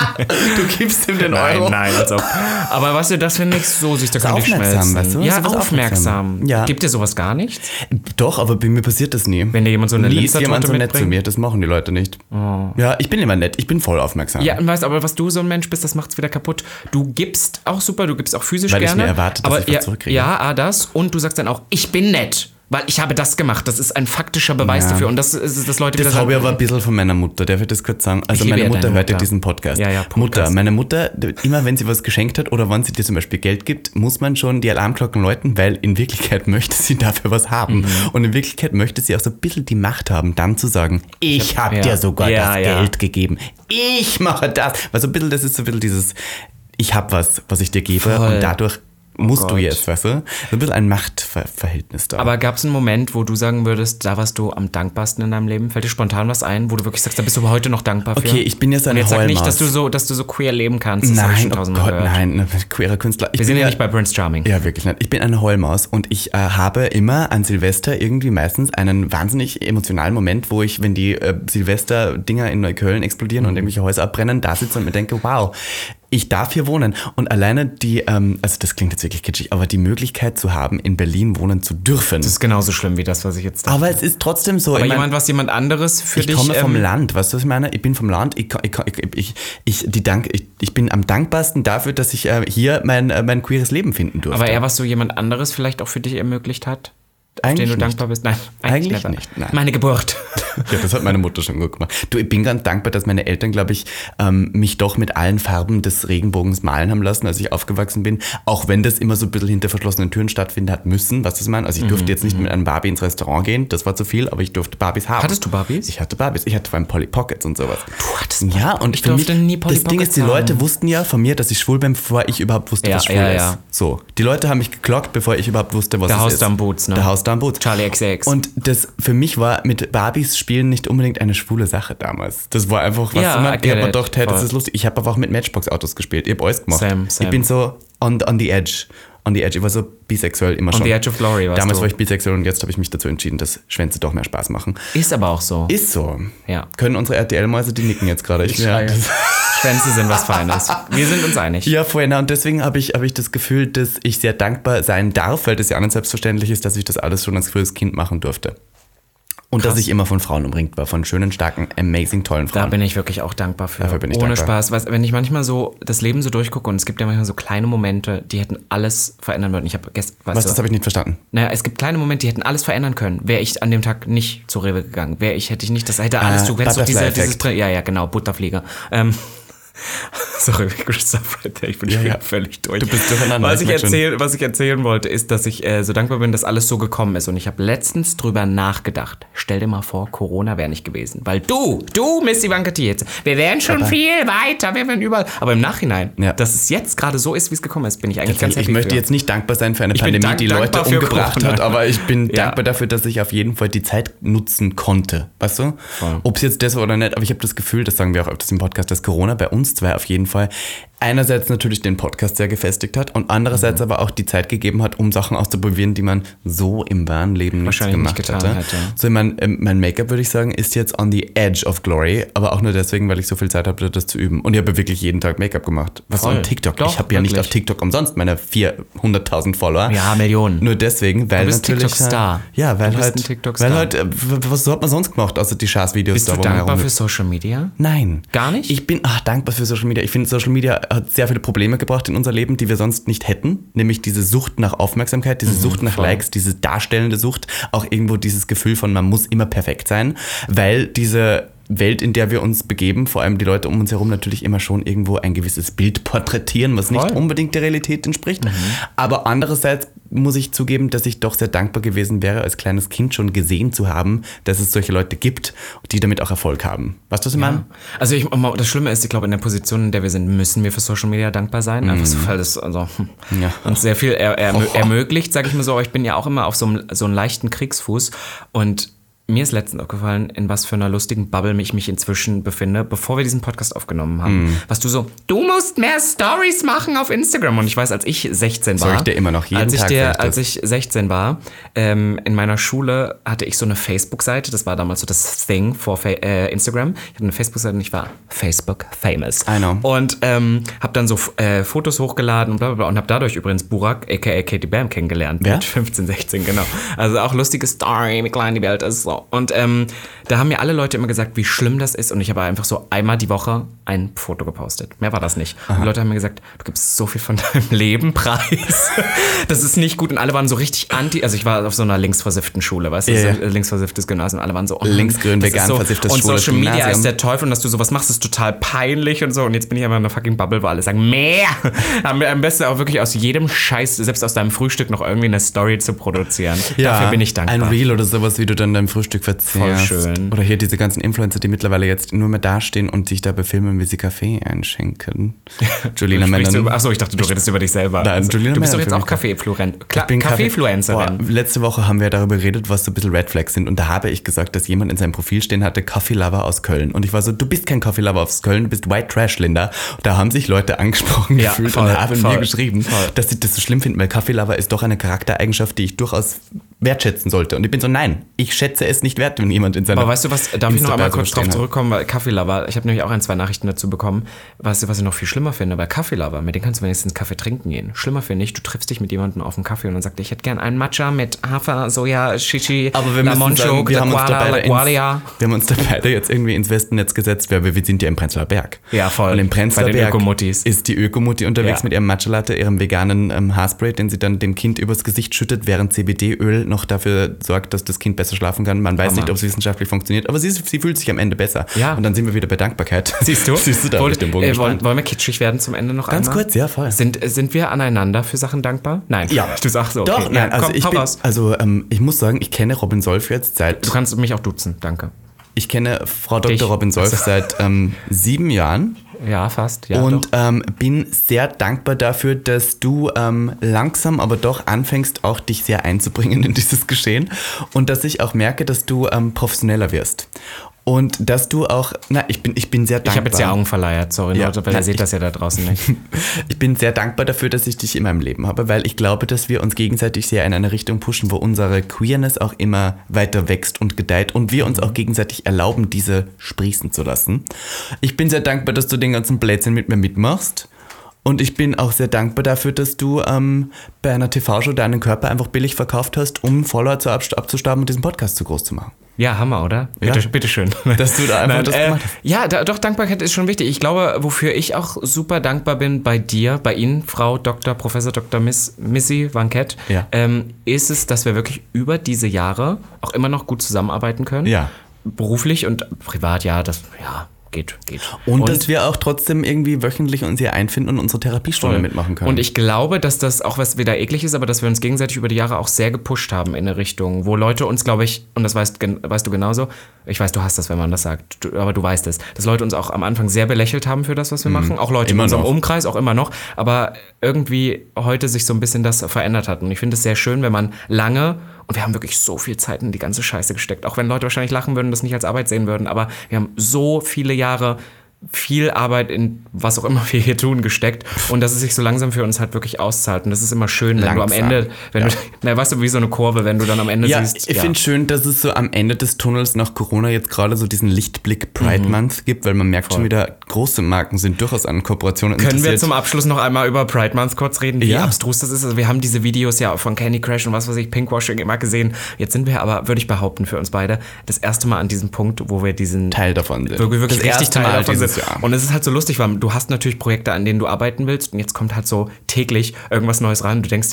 Du gibst ihm den Euro. Nein, also. Aber weißt du, das finde ich so süß, da kann ich schmelzen. Weißt du? Ja, aufmerksam. Ja. Gibt dir sowas gar nichts? Doch, aber bei mir passiert das nie. Wenn dir jemand so eine Linzertorte jemand so nett mitbringt? zu mir, das machen die Leute nicht. Oh. Ja, ich bin immer nett, ich bin voll aufmerksam. Ja, weißt aber was du so ein Mensch bist, das macht's wieder kaputt. Du gibst auch super, du gibst auch physisch Weil gerne. Weil ich mir erwarte, dass ich was zurückkriege. Ja, das. Und du sagst dann auch, ich bin nett. Weil ich habe das gemacht. Das ist ein faktischer Beweis dafür. Und das ist das Leute, das habe ich aber ein bisschen von meiner Mutter. Darf ich das kurz sagen? Also meine Mutter hört ja diesen Podcast. Ja, Meine Mutter, immer wenn sie was geschenkt hat oder wenn sie dir zum Beispiel Geld gibt, muss man schon die Alarmglocken läuten, weil in Wirklichkeit möchte sie dafür was haben. Und in Wirklichkeit möchte sie auch so ein bisschen die Macht haben, dann zu sagen, ich habe dir sogar das Geld gegeben. Ich mache das. Weil so ein bisschen, das ist so ein bisschen dieses, ich habe was ich dir gebe und dadurch musst du jetzt, weißt du? So ein bisschen ein Machtverhältnis da. Aber gab es einen Moment, wo du sagen würdest, da warst du am dankbarsten in deinem Leben? Fällt dir spontan was ein, wo du wirklich sagst, da bist du heute noch dankbar für? Okay, ich bin jetzt eine Heulmaus. Sag nicht, dass du so queer leben kannst. Das nein, nein, queerer Künstler. Wir sind ja nicht bei Prince Charming. Ja, wirklich nicht. Ich bin eine Heulmaus und ich habe immer an Silvester irgendwie meistens einen wahnsinnig emotionalen Moment, wo ich, wenn die Silvester-Dinger in Neukölln explodieren und irgendwelche Häuser abbrennen, da sitze und mir denke, wow, ich darf hier wohnen. Und alleine die, also das klingt jetzt wirklich kitschig, aber die Möglichkeit zu haben, in Berlin wohnen zu dürfen. Das ist genauso schlimm wie das, was ich jetzt dachte. Aber es ist trotzdem so. Aber jemand anderes für dich. Ich komme vom Land, weißt du, was ich meine? Ich bin vom Land. Ich bin am dankbarsten dafür, dass ich hier mein queeres Leben finden durfte. Aber eher, was so jemand anderes vielleicht auch für dich ermöglicht hat? Eigentlich den du dankbar bist? Nein, eigentlich nicht. Nein. Meine Geburt. Ja, das hat meine Mutter schon gut gemacht. Du, ich bin ganz dankbar, dass meine Eltern, glaube ich, mich doch mit allen Farben des Regenbogens malen haben lassen, als ich aufgewachsen bin. Auch wenn das immer so ein bisschen hinter verschlossenen Türen stattfinden hat müssen, was das meint. Also ich durfte jetzt nicht mit einem Barbie ins Restaurant gehen, das war zu viel, aber ich durfte Barbies haben. Hattest du Barbies? Ich hatte Barbies. Ich hatte vor allem Polly Pockets und sowas. Du hattest Ja, und ich durfte nie Polly Pockets. Das Ding ist, die Leute wussten ja von mir, dass ich schwul bin, bevor ich überhaupt wusste, was schwul ist. So, die Leute haben mich geklockt, bevor ich überhaupt wusste, was es ist. Der Hausdown Boots, ne? Der Hausdown Boots. Charlie XX. Und das für mich war mit Barbies spielen nicht unbedingt eine schwule Sache damals. Das war einfach, was ich habe mir gedacht, hey, das ist lustig. Ich habe aber auch mit Matchbox-Autos gespielt. Ich habe alles gemacht. Same. Ich bin so on the edge. Ich war so bisexuell immer schon. On the edge of glory, warst Damals du. war ich bisexuell und jetzt habe ich mich dazu entschieden, dass Schwänze doch mehr Spaß machen. Ist aber auch so. Ist so. Ja. Können unsere RTL-Mäuse, die nicken jetzt gerade. Schwänze sind was Feines. Wir sind uns einig. Ja, vorhin. Und deswegen habe ich das Gefühl, dass ich sehr dankbar sein darf, weil das ja auch nicht selbstverständlich ist, dass ich das alles schon als frühes Kind machen durfte. Und Krass. Dass ich immer von Frauen umringt war, von schönen, starken, amazing, tollen Frauen. Da bin ich wirklich auch dankbar für. Dafür bin ich Ohne dankbar. Spaß. Wenn ich manchmal so das Leben so durchgucke und es gibt ja manchmal so kleine Momente, die hätten alles verändern können. Das habe ich nicht verstanden. Naja, es gibt kleine Momente, die hätten alles verändern können. Wäre ich an dem Tag nicht zur Rewe gegangen, hätte ich nicht, das hätte alles du kennst doch dieses genau, Butterflieger. Sorry, ich bin völlig durch. Du bist durcheinander. Was ich erzählen wollte, ist, dass ich so dankbar bin, dass alles so gekommen ist. Und ich habe letztens drüber nachgedacht. Stell dir mal vor, Corona wäre nicht gewesen. Weil du, Miss Ivanka Tietze, wir wären schon viel weiter, wir wären überall. Aber im Nachhinein, dass es jetzt gerade so ist, wie es gekommen ist, bin ich eigentlich ganz happy. Ich möchte jetzt nicht dankbar sein für eine Pandemie, die Leute umgebracht hat, aber ich bin dankbar dafür, dass ich auf jeden Fall die Zeit nutzen konnte. Weißt du? Ob es jetzt das war oder nicht, aber ich habe das Gefühl, das sagen wir auch öfters im Podcast, dass Corona bei uns zwei auf jeden Fall einerseits natürlich den Podcast sehr gefestigt hat und andererseits aber auch die Zeit gegeben hat, um Sachen auszuprobieren, die man so im wahren Leben nicht gemacht hätte. So mein Make-up, würde ich sagen, ist jetzt on the edge of glory, aber auch nur deswegen, weil ich so viel Zeit habe, das zu üben. Und ich habe wirklich jeden Tag Make-up gemacht. Was on TikTok? Doch, ich habe ja nicht auf TikTok umsonst meine 400.000 Follower. Ja, Millionen. Nur deswegen, weil du bist natürlich... TikTok-Star. Ja, weil ein TikTok-Star. Was hat man sonst gemacht, außer die Scheißvideos? Bist du dankbar für Social Media? Nein. Gar nicht? Ich bin dankbar für Social Media. Ich finde, Social Media hat sehr viele Probleme gebracht in unser Leben, die wir sonst nicht hätten. Nämlich diese Sucht nach Aufmerksamkeit, diese Sucht nach Likes, diese darstellende Sucht. Auch irgendwo dieses Gefühl von, man muss immer perfekt sein. Weil diese Welt, in der wir uns begeben, vor allem die Leute um uns herum natürlich immer schon irgendwo ein gewisses Bild porträtieren, was nicht unbedingt der Realität entspricht. Aber andererseits muss ich zugeben, dass ich doch sehr dankbar gewesen wäre, als kleines Kind schon gesehen zu haben, dass es solche Leute gibt, die damit auch Erfolg haben. Weißt du, was ich meine? Also das Schlimme ist, ich glaube, in der Position, in der wir sind, müssen wir für Social Media dankbar sein. Einfach so, weil das uns sehr viel ermöglicht, sage ich mal so. Aber ich bin ja auch immer auf so einem leichten Kriegsfuß und mir ist letztens aufgefallen, in was für einer lustigen Bubble ich mich inzwischen befinde, bevor wir diesen Podcast aufgenommen haben. Was du musst mehr Stories machen auf Instagram. Und ich weiß, als ich 16 war. Soll ich dir immer noch jeden Tag als ich 16 war, in meiner Schule hatte ich so eine Facebook-Seite. Das war damals so das Thing vor Instagram. Ich hatte eine Facebook-Seite und ich war Facebook famous. I know. Und habe dann so Fotos hochgeladen und bla bla bla. Und habe dadurch übrigens Burak, a.k.a. Katie Bam, kennengelernt. Wer? Mit 15, 16, genau. Also auch lustige Story, wie klein die Welt ist. So. Und da haben mir alle Leute immer gesagt, wie schlimm das ist. Und ich habe einfach so einmal die Woche ein Foto gepostet. Mehr war das nicht. Und die Leute haben mir gesagt, du gibst so viel von deinem Leben preis. Das ist nicht gut. Und alle waren so richtig also ich war auf so einer linksversifften Schule, weißt du? Yeah. Linksversifftes Gymnasium. Alle waren so, linksgrün, vegan versifftes Schule. Und Social Media Gymnasium ist der Teufel und dass du sowas machst, ist total peinlich und so. Und jetzt bin ich einfach in einer fucking Bubble, wo alle sagen, mehr! Am besten auch wirklich aus jedem Scheiß, selbst aus deinem Frühstück noch irgendwie eine Story zu produzieren. Ja, dafür bin ich dankbar. Ein Reel oder sowas, wie du dann dein Frühstück verzehrst. Voll schön. Oder hier diese ganzen Influencer, die mittlerweile jetzt nur mehr dastehen und sich da befilmen, wie sie Kaffee einschenken. Julina Menon. Achso, ich dachte, du redest über dich selber. Nein, du bist doch jetzt auch Kaffeefluencerin. Letzte Woche haben wir darüber geredet, was so ein bisschen Red Flags sind. Und da habe ich gesagt, dass jemand in seinem Profil stehen hatte, Coffee Lover aus Köln. Und ich war so, du bist kein Coffee Lover aus Köln, du bist White Trash, Linda. Und da haben sich Leute angesprochen gefühlt und haben mir geschrieben, dass sie das so schlimm finden, weil Coffee Lover ist doch eine Charaktereigenschaft, die ich durchaus wertschätzen sollte. Und ich bin so, nein, ich schätze es nicht wert, wenn jemand in seiner... Aber weißt du was, darf ich noch einmal kurz drauf zurückkommen, weil Coffee Lover, ich habe nämlich auch 2 Nachrichten dazu bekommen, was ich noch viel schlimmer finde, weil Coffee Lover, mit denen kannst du wenigstens Kaffee trinken gehen. Schlimmer finde ich, du triffst dich mit jemandem auf einen Kaffee und dann sagt, ich hätte gern einen Matcha mit Hafer, Soja, Shishi, Lamoncho, wir haben uns da beide jetzt irgendwie ins Wespennetz gesetzt, weil wir sind ja im Prenzlauer Berg. Ja, voll. Und im Prenzlauer Berg ist die Ökomutti unterwegs mit ihrem Matcha-Latte, ihrem veganen Haarspray, den sie dann dem Kind übers Gesicht schüttet, während CBD-Öl noch dafür sorgt, dass das Kind besser schlafen kann. Man weiß nicht, ob es wissenschaftlich funktioniert, aber sie fühlt sich am Ende besser. Ja. Und dann sind wir wieder bei Dankbarkeit. Siehst du? Da wollen wir kitschig werden zum Ende noch Ganz einmal? Kurz, ja, voll. Sind wir aneinander für Sachen dankbar? Nein. Ja. Du sagst so, okay. Doch, nein, ich muss sagen, ich kenne Robin Solf jetzt seit... Du kannst mich auch duzen, danke. Ich kenne Frau Dr. Robin Solf seit 7 Jahren. Ja, fast. Ja, und bin sehr dankbar dafür, dass du langsam, aber doch anfängst, auch dich sehr einzubringen in dieses Geschehen. Und dass ich auch merke, dass du professioneller wirst. Und dass du auch, ich bin sehr dankbar. Ich habe jetzt die Augen verleiert, sorry, ja, Leute, weil ihr seht das ja da draußen nicht. Ich bin sehr dankbar dafür, dass ich dich in meinem Leben habe, weil ich glaube, dass wir uns gegenseitig sehr in eine Richtung pushen, wo unsere Queerness auch immer weiter wächst und gedeiht und wir uns auch gegenseitig erlauben, diese sprießen zu lassen. Ich bin sehr dankbar, dass du den ganzen Blödsinn mit mir mitmachst. Und ich bin auch sehr dankbar dafür, dass du bei einer TV-Show deinen Körper einfach billig verkauft hast, um Follower abzustauben und diesen Podcast zu groß zu machen. Ja, Hammer, oder? Bitteschön. Dass du da einfach das gemacht hast. Ja, doch, Dankbarkeit ist schon wichtig. Ich glaube, wofür ich auch super dankbar bin bei dir, bei Ihnen, Frau Dr. Professor Dr. Missy Vankett, ist es, dass wir wirklich über diese Jahre auch immer noch gut zusammenarbeiten können. Ja. Beruflich und privat, geht. Und dass wir auch trotzdem irgendwie wöchentlich uns hier einfinden und unsere Therapiestunde mitmachen können. Und ich glaube, dass das auch was wieder eklig ist, aber dass wir uns gegenseitig über die Jahre auch sehr gepusht haben in eine Richtung, wo Leute uns, glaube ich, und das weißt du genauso, ich weiß, du hast das, wenn man das sagt, aber du weißt es, dass Leute uns auch am Anfang sehr belächelt haben für das, was wir machen. Auch Leute in unserem Umkreis, auch immer noch. Aber irgendwie heute sich so ein bisschen das verändert hat. Und ich finde es sehr schön, wenn man lange... Und wir haben wirklich so viel Zeit in die ganze Scheiße gesteckt. Auch wenn Leute wahrscheinlich lachen würden und das nicht als Arbeit sehen würden. Aber wir haben so viele Jahre viel Arbeit in was auch immer wir hier tun gesteckt und dass es sich so langsam für uns halt wirklich auszahlt. Und das ist immer schön, wenn du am Ende, weißt du, wie so eine Kurve, wenn du dann am Ende siehst. Ich finde schön, dass es so am Ende des Tunnels nach Corona jetzt gerade so diesen Lichtblick Pride Month gibt, weil man merkt schon wieder, große Marken sind durchaus an Kooperationen interessiert. Können wir zum Abschluss noch einmal über Pride Month kurz reden, wie abstrus das ist? Also wir haben diese Videos ja von Candy Crush und was weiß ich, Pinkwashing immer gesehen. Jetzt sind wir aber, würde ich behaupten, für uns beide das erste Mal an diesem Punkt, wo wir diesen Teil davon sind. Wirklich das richtig Teil davon sind. Ja. Und es ist halt so lustig, weil du hast natürlich Projekte, an denen du arbeiten willst und jetzt kommt halt so täglich irgendwas Neues rein und du denkst dir,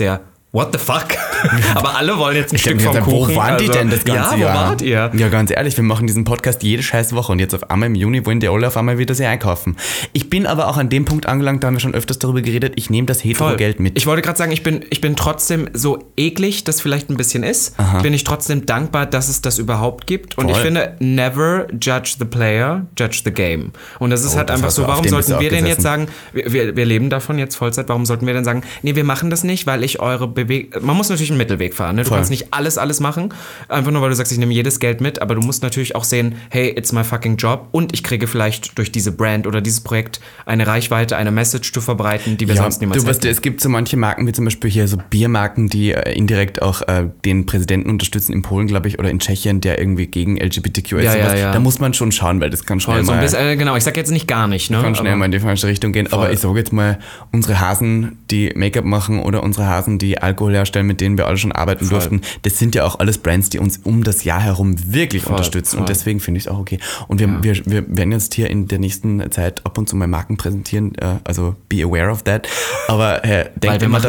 what the fuck? Aber alle wollen jetzt ein Stück vom Kuchen. Wo waren die denn das ganze Jahr? Ja, wo wart ihr? Ja, ganz ehrlich, wir machen diesen Podcast jede scheiß Woche und jetzt auf einmal im Juni wollen die alle auf einmal wieder sie einkaufen. Ich bin aber auch an dem Punkt angelangt, da haben wir schon öfters darüber geredet, ich nehme das Hetero-Geld mit. Ich wollte gerade sagen, ich bin trotzdem so eklig, das vielleicht ein bisschen ist, bin ich trotzdem dankbar, dass es das überhaupt gibt. Und ich finde, never judge the player, judge the game. Und das ist halt einfach so, warum sollten wir denn jetzt sagen, wir leben davon jetzt Vollzeit, warum sollten wir denn sagen, nee, wir machen das nicht, weil ich eure man muss natürlich einen Mittelweg fahren. Ne? Du kannst nicht alles machen, einfach nur, weil du sagst, ich nehme jedes Geld mit, aber du musst natürlich auch sehen, hey, it's my fucking job und ich kriege vielleicht durch diese Brand oder dieses Projekt eine Reichweite, eine Message zu verbreiten, die wir sonst niemals hätten. Es gibt so manche Marken, wie zum Beispiel hier so Biermarken, die indirekt auch den Präsidenten unterstützen, in Polen, glaube ich, oder in Tschechien, der irgendwie gegen LGBTQ ist. Ja. Da muss man schon schauen, weil das kann schnell so genau, ich sag jetzt nicht gar nicht. Ne? Kann schnell mal in die falsche Richtung gehen, aber ich sage jetzt mal, unsere Hasen, die Make-up machen oder unsere Hasen, die Alkohol herstellen, mit denen wir alle schon arbeiten durften, das sind ja auch alles Brands, die uns um das Jahr herum wirklich unterstützen und deswegen finde ich es auch okay. Und wir werden jetzt hier in der nächsten Zeit ab und zu mal Marken präsentieren, also be aware of that, aber denkt immer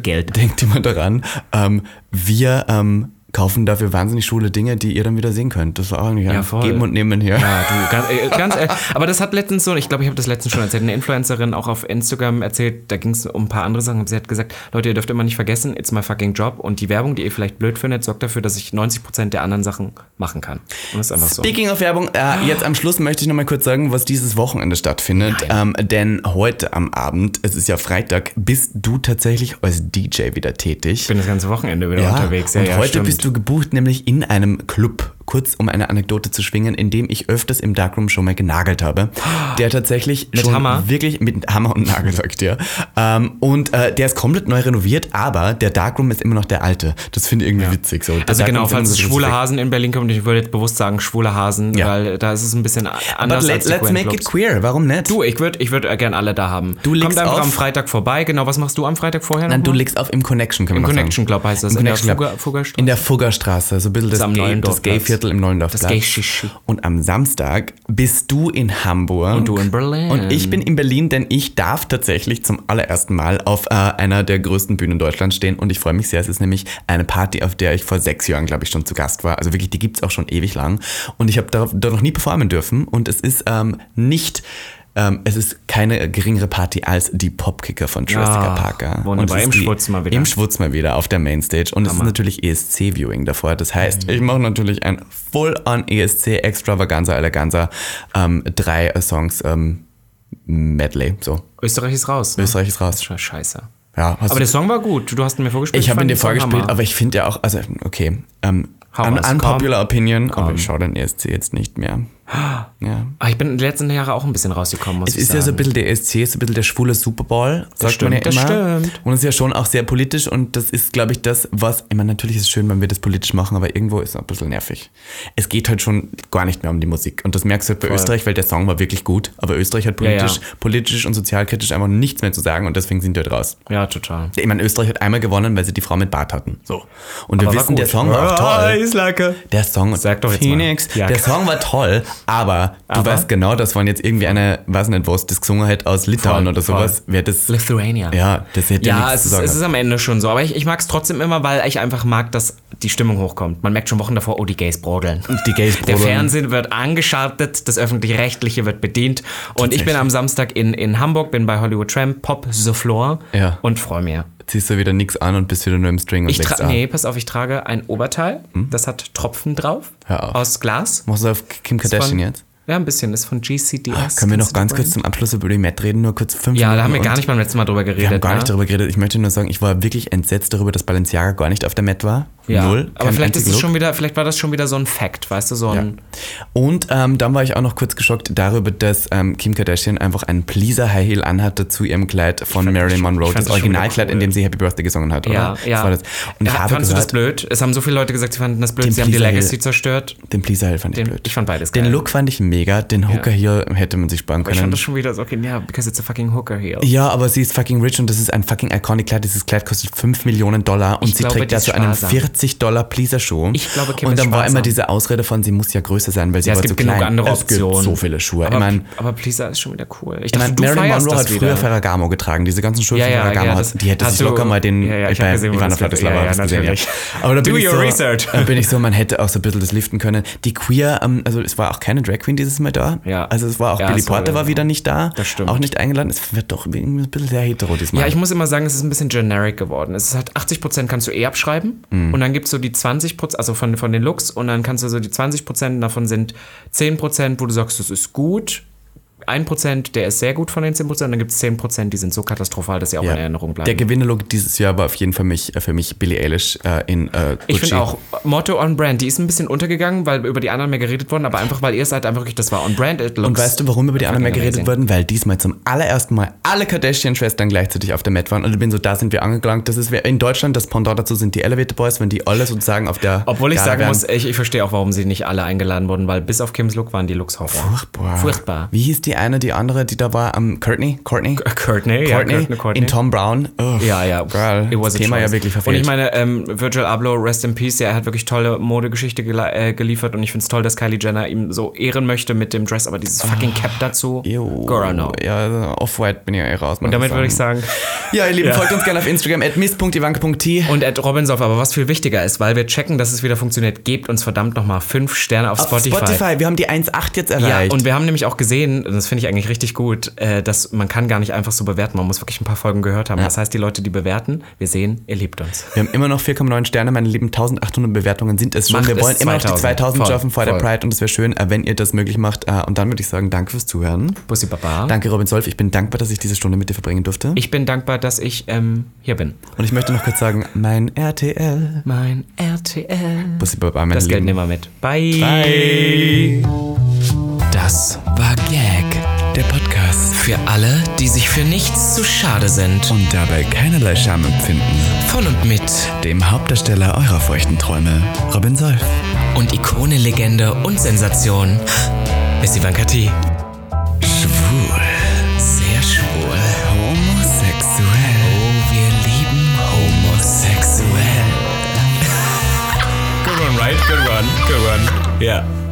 daran, wir kaufen dafür wahnsinnig schwule Dinge, die ihr dann wieder sehen könnt. Das war auch nicht Geben und Nehmen hier. Ja, du, ganz aber das hat letztens so, ich glaube, ich habe das letztens schon erzählt, eine Influencerin auch auf Instagram erzählt, da ging es um ein paar andere Sachen, sie hat gesagt, Leute, ihr dürft immer nicht vergessen, it's my fucking job und die Werbung, die ihr vielleicht blöd findet, sorgt dafür, dass ich 90% der anderen Sachen machen kann. Und das ist einfach so. Speaking of Werbung, jetzt am Schluss möchte ich noch mal kurz sagen, was dieses Wochenende stattfindet, denn heute am Abend, es ist ja Freitag, bist du tatsächlich als DJ wieder tätig. Ich bin das ganze Wochenende wieder unterwegs. Und heute bist du gebucht, nämlich in einem Club. Kurz, um eine Anekdote zu schwingen, in dem ich öfters im Darkroom schon mal genagelt habe. Der tatsächlich mit Hammer? Wirklich mit Hammer und Nagel, sagt der. Und der ist komplett neu renoviert, aber der Darkroom ist immer noch der alte. Das finde ich irgendwie witzig. So. Also genau, falls es schwule Hasen in Berlin kommt, ich würde jetzt bewusst sagen schwule Hasen, weil da ist es ein bisschen anders als die let's make it queer, warum nicht? Du, ich würd gern alle da haben. Kommt einfach am Freitag vorbei. Genau, was machst du am Freitag vorher noch? Nein, du legst auf im Connection, kann man sagen. Im Connection Club heißt das. In der Fuggerstraße. In der Fuggerstraße, so ein bisschen das Gay-Viertel im Neulendorfplatz. Das Gay-Shishi. Und am Samstag bist du in Hamburg. Und du in Berlin. Und ich bin in Berlin, denn ich darf tatsächlich zum allerersten Mal auf einer der größten Bühnen Deutschlands stehen. Und ich freue mich sehr. Es ist nämlich eine Party, auf der ich vor 6 Jahren, glaube ich, schon zu Gast war. Also wirklich, die gibt es auch schon ewig lang. Und ich habe da noch nie performen dürfen. Und es ist es ist keine geringere Party als die Popkicker von Jurassic Parker. Wunderbar, im Schwutz mal wieder. Im Schwutz mal wieder auf der Mainstage. Und es ist natürlich ESC-Viewing davor. Das heißt, ich mache natürlich ein Full-on ESC Extravaganza Eleganza 3 Songs Medley. So. Österreich ist raus. Ne? Österreich ist raus. Das ist schon scheiße. Ja, aber der Song war gut. Du hast ihn mir vorgespielt. Ich habe ihn dir vorgespielt, aber ich finde ja auch, also okay, unpopular Opinion, aber ich schaue den ESC jetzt nicht mehr. Ja. Ich bin in den letzten Jahren auch ein bisschen rausgekommen, muss ich sagen. Es ist ja so ein bisschen der ESC, ist ein bisschen der schwule Super Bowl, sagt man ja immer. Das stimmt. Und es ist ja schon auch sehr politisch und das ist, glaube ich, das, was, ich meine, natürlich ist es schön, wenn wir das politisch machen, aber irgendwo ist es ein bisschen nervig. Es geht halt schon gar nicht mehr um die Musik und das merkst du halt bei Österreich, weil der Song war wirklich gut, aber Österreich hat politisch und sozialkritisch einfach nichts mehr zu sagen und deswegen sind die halt raus. Ja, total. Ich meine, Österreich hat einmal gewonnen, weil sie die Frau mit Bart hatten. So. Und wir wissen, der Song war auch toll. Der Song, sag doch jetzt Phoenix, mal. Der Song war toll, aber du weißt genau, dass wenn jetzt irgendwie eine, weiß nicht was, das gesungen hat aus Litauen oder sowas, wäre das... Lithuania. Ja, das hätte ja nichts zu sagen. Ja, es ist am Ende schon so, aber ich mag es trotzdem immer, weil ich einfach mag, dass die Stimmung hochkommt. Man merkt schon Wochen davor, die Gays brodeln. Der Fernsehen wird angeschaltet, das Öffentlich-Rechtliche wird bedient und ich bin am Samstag in Hamburg, bin bei Hollywood Tramp, Pop the Floor und freue mich. Ziehst du wieder nichts an und bist wieder nur im String und legst an. Nee, pass auf, ich trage ein Oberteil, das hat Tropfen drauf, aus Glas. Machst du auf Kim Kardashian jetzt? Ja, ein bisschen. Das ist von GCDS. Können wir noch ganz kurz zum Abschluss über die Met reden? Nur kurz 5 Minuten. Ja, da haben wir gar nicht beim letzten Mal drüber geredet. Wir haben gar nicht darüber geredet. Ich möchte nur sagen, ich war wirklich entsetzt darüber, dass Balenciaga gar nicht auf der Met war. Ja, Null. Aber vielleicht war das schon wieder so ein Fact, weißt du, so ein... Und dann war ich auch noch kurz geschockt darüber, dass Kim Kardashian einfach einen Pleaser High Heel anhatte zu ihrem Kleid von Marilyn Monroe. Das Originalkleid, in dem sie Happy Birthday gesungen hat, oder? Ja. Und fandest du das blöd? Es haben so viele Leute gesagt, sie fanden das blöd, sie haben die Legacy zerstört. Den Pleaser Heel fand ich blöd. Ich fand beides geil. Den Look fand ich mega, den Hooker Heel hätte man sich sparen können. Ich fand das schon wieder so, okay, ja, because it's a fucking Hooker Heel. Ja, aber sie ist fucking rich und das ist ein fucking iconic Kleid. Dieses Kleid kostet $5 Millionen und sie trägt dazu einen 14 $40 Pleaser-Schuh. Ich glaube, Kim und ist dann war schwarzer. immer diese Ausrede von, sie muss ja größer sein, weil sie Ja, es war gibt zu genug klein. andere Es Optionen. gibt so viele Schuhe. Aber Pleaser ist schon wieder cool. Ich Ich dachte, meine, du Marilyn feierst Monroe das hat wieder. früher Ferragamo getragen. Diese ganzen Schuhe Ja, von ja, Ferragamo, ja, das- die hätte hast sich du- locker mal den Ja, ja, ich hab bei gesehen, wo Ivana das wird. Flatislava Ja, ja, was gesehen. natürlich. Aber da bin Do ich your so, research. Da bin ich so, man hätte auch so ein bisschen das liften können. Die Queer, also es war auch keine Drag Queen dieses Mal da. Ja. Also es war auch Ja, Billy es war Porter wieder war wieder nicht da. Das stimmt. Auch nicht eingeladen. Es wird doch irgendwie ein bisschen sehr hetero diesmal. Ja, ich muss immer sagen, es ist ein bisschen generic geworden. Es ist halt 80% kannst du abschreiben und dann gibt es so die 20%, also von den Looks und dann kannst du so die 20%, davon sind 10%, wo du sagst, das ist gut, 1%, der ist sehr gut von den 10%, dann gibt es 10%, die sind so katastrophal, dass sie auch in Erinnerung bleiben. Der Gewinnerlook dieses Jahr war auf jeden Fall für mich Billie Eilish in Gucci. Ich finde auch, Motto on Brand, die ist ein bisschen untergegangen, weil über die anderen mehr geredet worden, aber einfach, weil ihr seid einfach wirklich, das war on Brand, it looks. Und weißt du, warum über die anderen mehr fucking geredet amazing. wurden? Weil diesmal zum allerersten Mal alle Kardashian-Schwestern gleichzeitig auf der Met waren. Und ich bin so, da sind wir angelangt. Das ist in Deutschland, das Pendant dazu sind die Elevator Boys, wenn die alle sozusagen auf der Obwohl ich Gala sagen wären. muss, ich verstehe auch, warum sie nicht alle eingeladen wurden, weil bis auf Kims Look waren die Looks Horror. Furchtbar. Furchtbar. Wie hieß die andere, die da war? Courtney? Courtney, In Tom Brown. Oh, Ja. Girl, It was das a Thema choice. ja wirklich Und verfehlt. ich meine, Virgil Abloh, rest in peace, er hat wirklich tolle Modegeschichte geliefert und ich finde es toll, dass Kylie Jenner ihm so ehren möchte mit dem Dress, aber dieses fucking Cap dazu, girl, no. Ja, Off-White bin ich ja eh raus. Und damit würde ich sagen, Ja, ihr Lieben, folgt uns gerne auf Instagram @miss.ivanka.t. und @robinsoff, aber was viel wichtiger ist, weil wir checken, dass es wieder funktioniert, gebt uns verdammt nochmal 5 Sterne auf Spotify. Wir haben die 1,8 jetzt Ja, erreicht. und wir haben nämlich auch gesehen, das finde ich eigentlich richtig gut, dass man kann gar nicht einfach so bewerten, man muss wirklich ein paar Folgen gehört haben. Ja. Das heißt, die Leute, die bewerten, wir sehen, ihr liebt uns. Wir haben immer noch 4,9 Sterne, meine lieben, 1800 Bewertungen sind es schon. Macht Wir es wollen immer noch die 2000 Voll, schaffen vor der voll. Pride und es wäre schön, wenn ihr das möglich macht. Und dann würde ich sagen, danke fürs Zuhören. Bussi Baba. Danke, Robin Solf. Ich bin dankbar, dass ich diese Stunde mit dir verbringen durfte. Ich bin dankbar, dass ich hier bin. Und ich möchte noch kurz sagen, mein RTL. Mein RTL. Bussi Baba, meine Das Geld Lieben. nehmen wir mit. Bye. Bye. Das war Gag. Der Podcast. Für alle, die sich für nichts zu schade sind. Und dabei keinerlei Scham empfinden. Von und mit Dem Hauptdarsteller eurer feuchten Träume, Robin Solf. und Ikone, Legende und Sensation ist Ivanka T. Schwul. Sehr schwul. Homosexuell. Oh, wir lieben homosexuell. Good one, right? Good one. Yeah.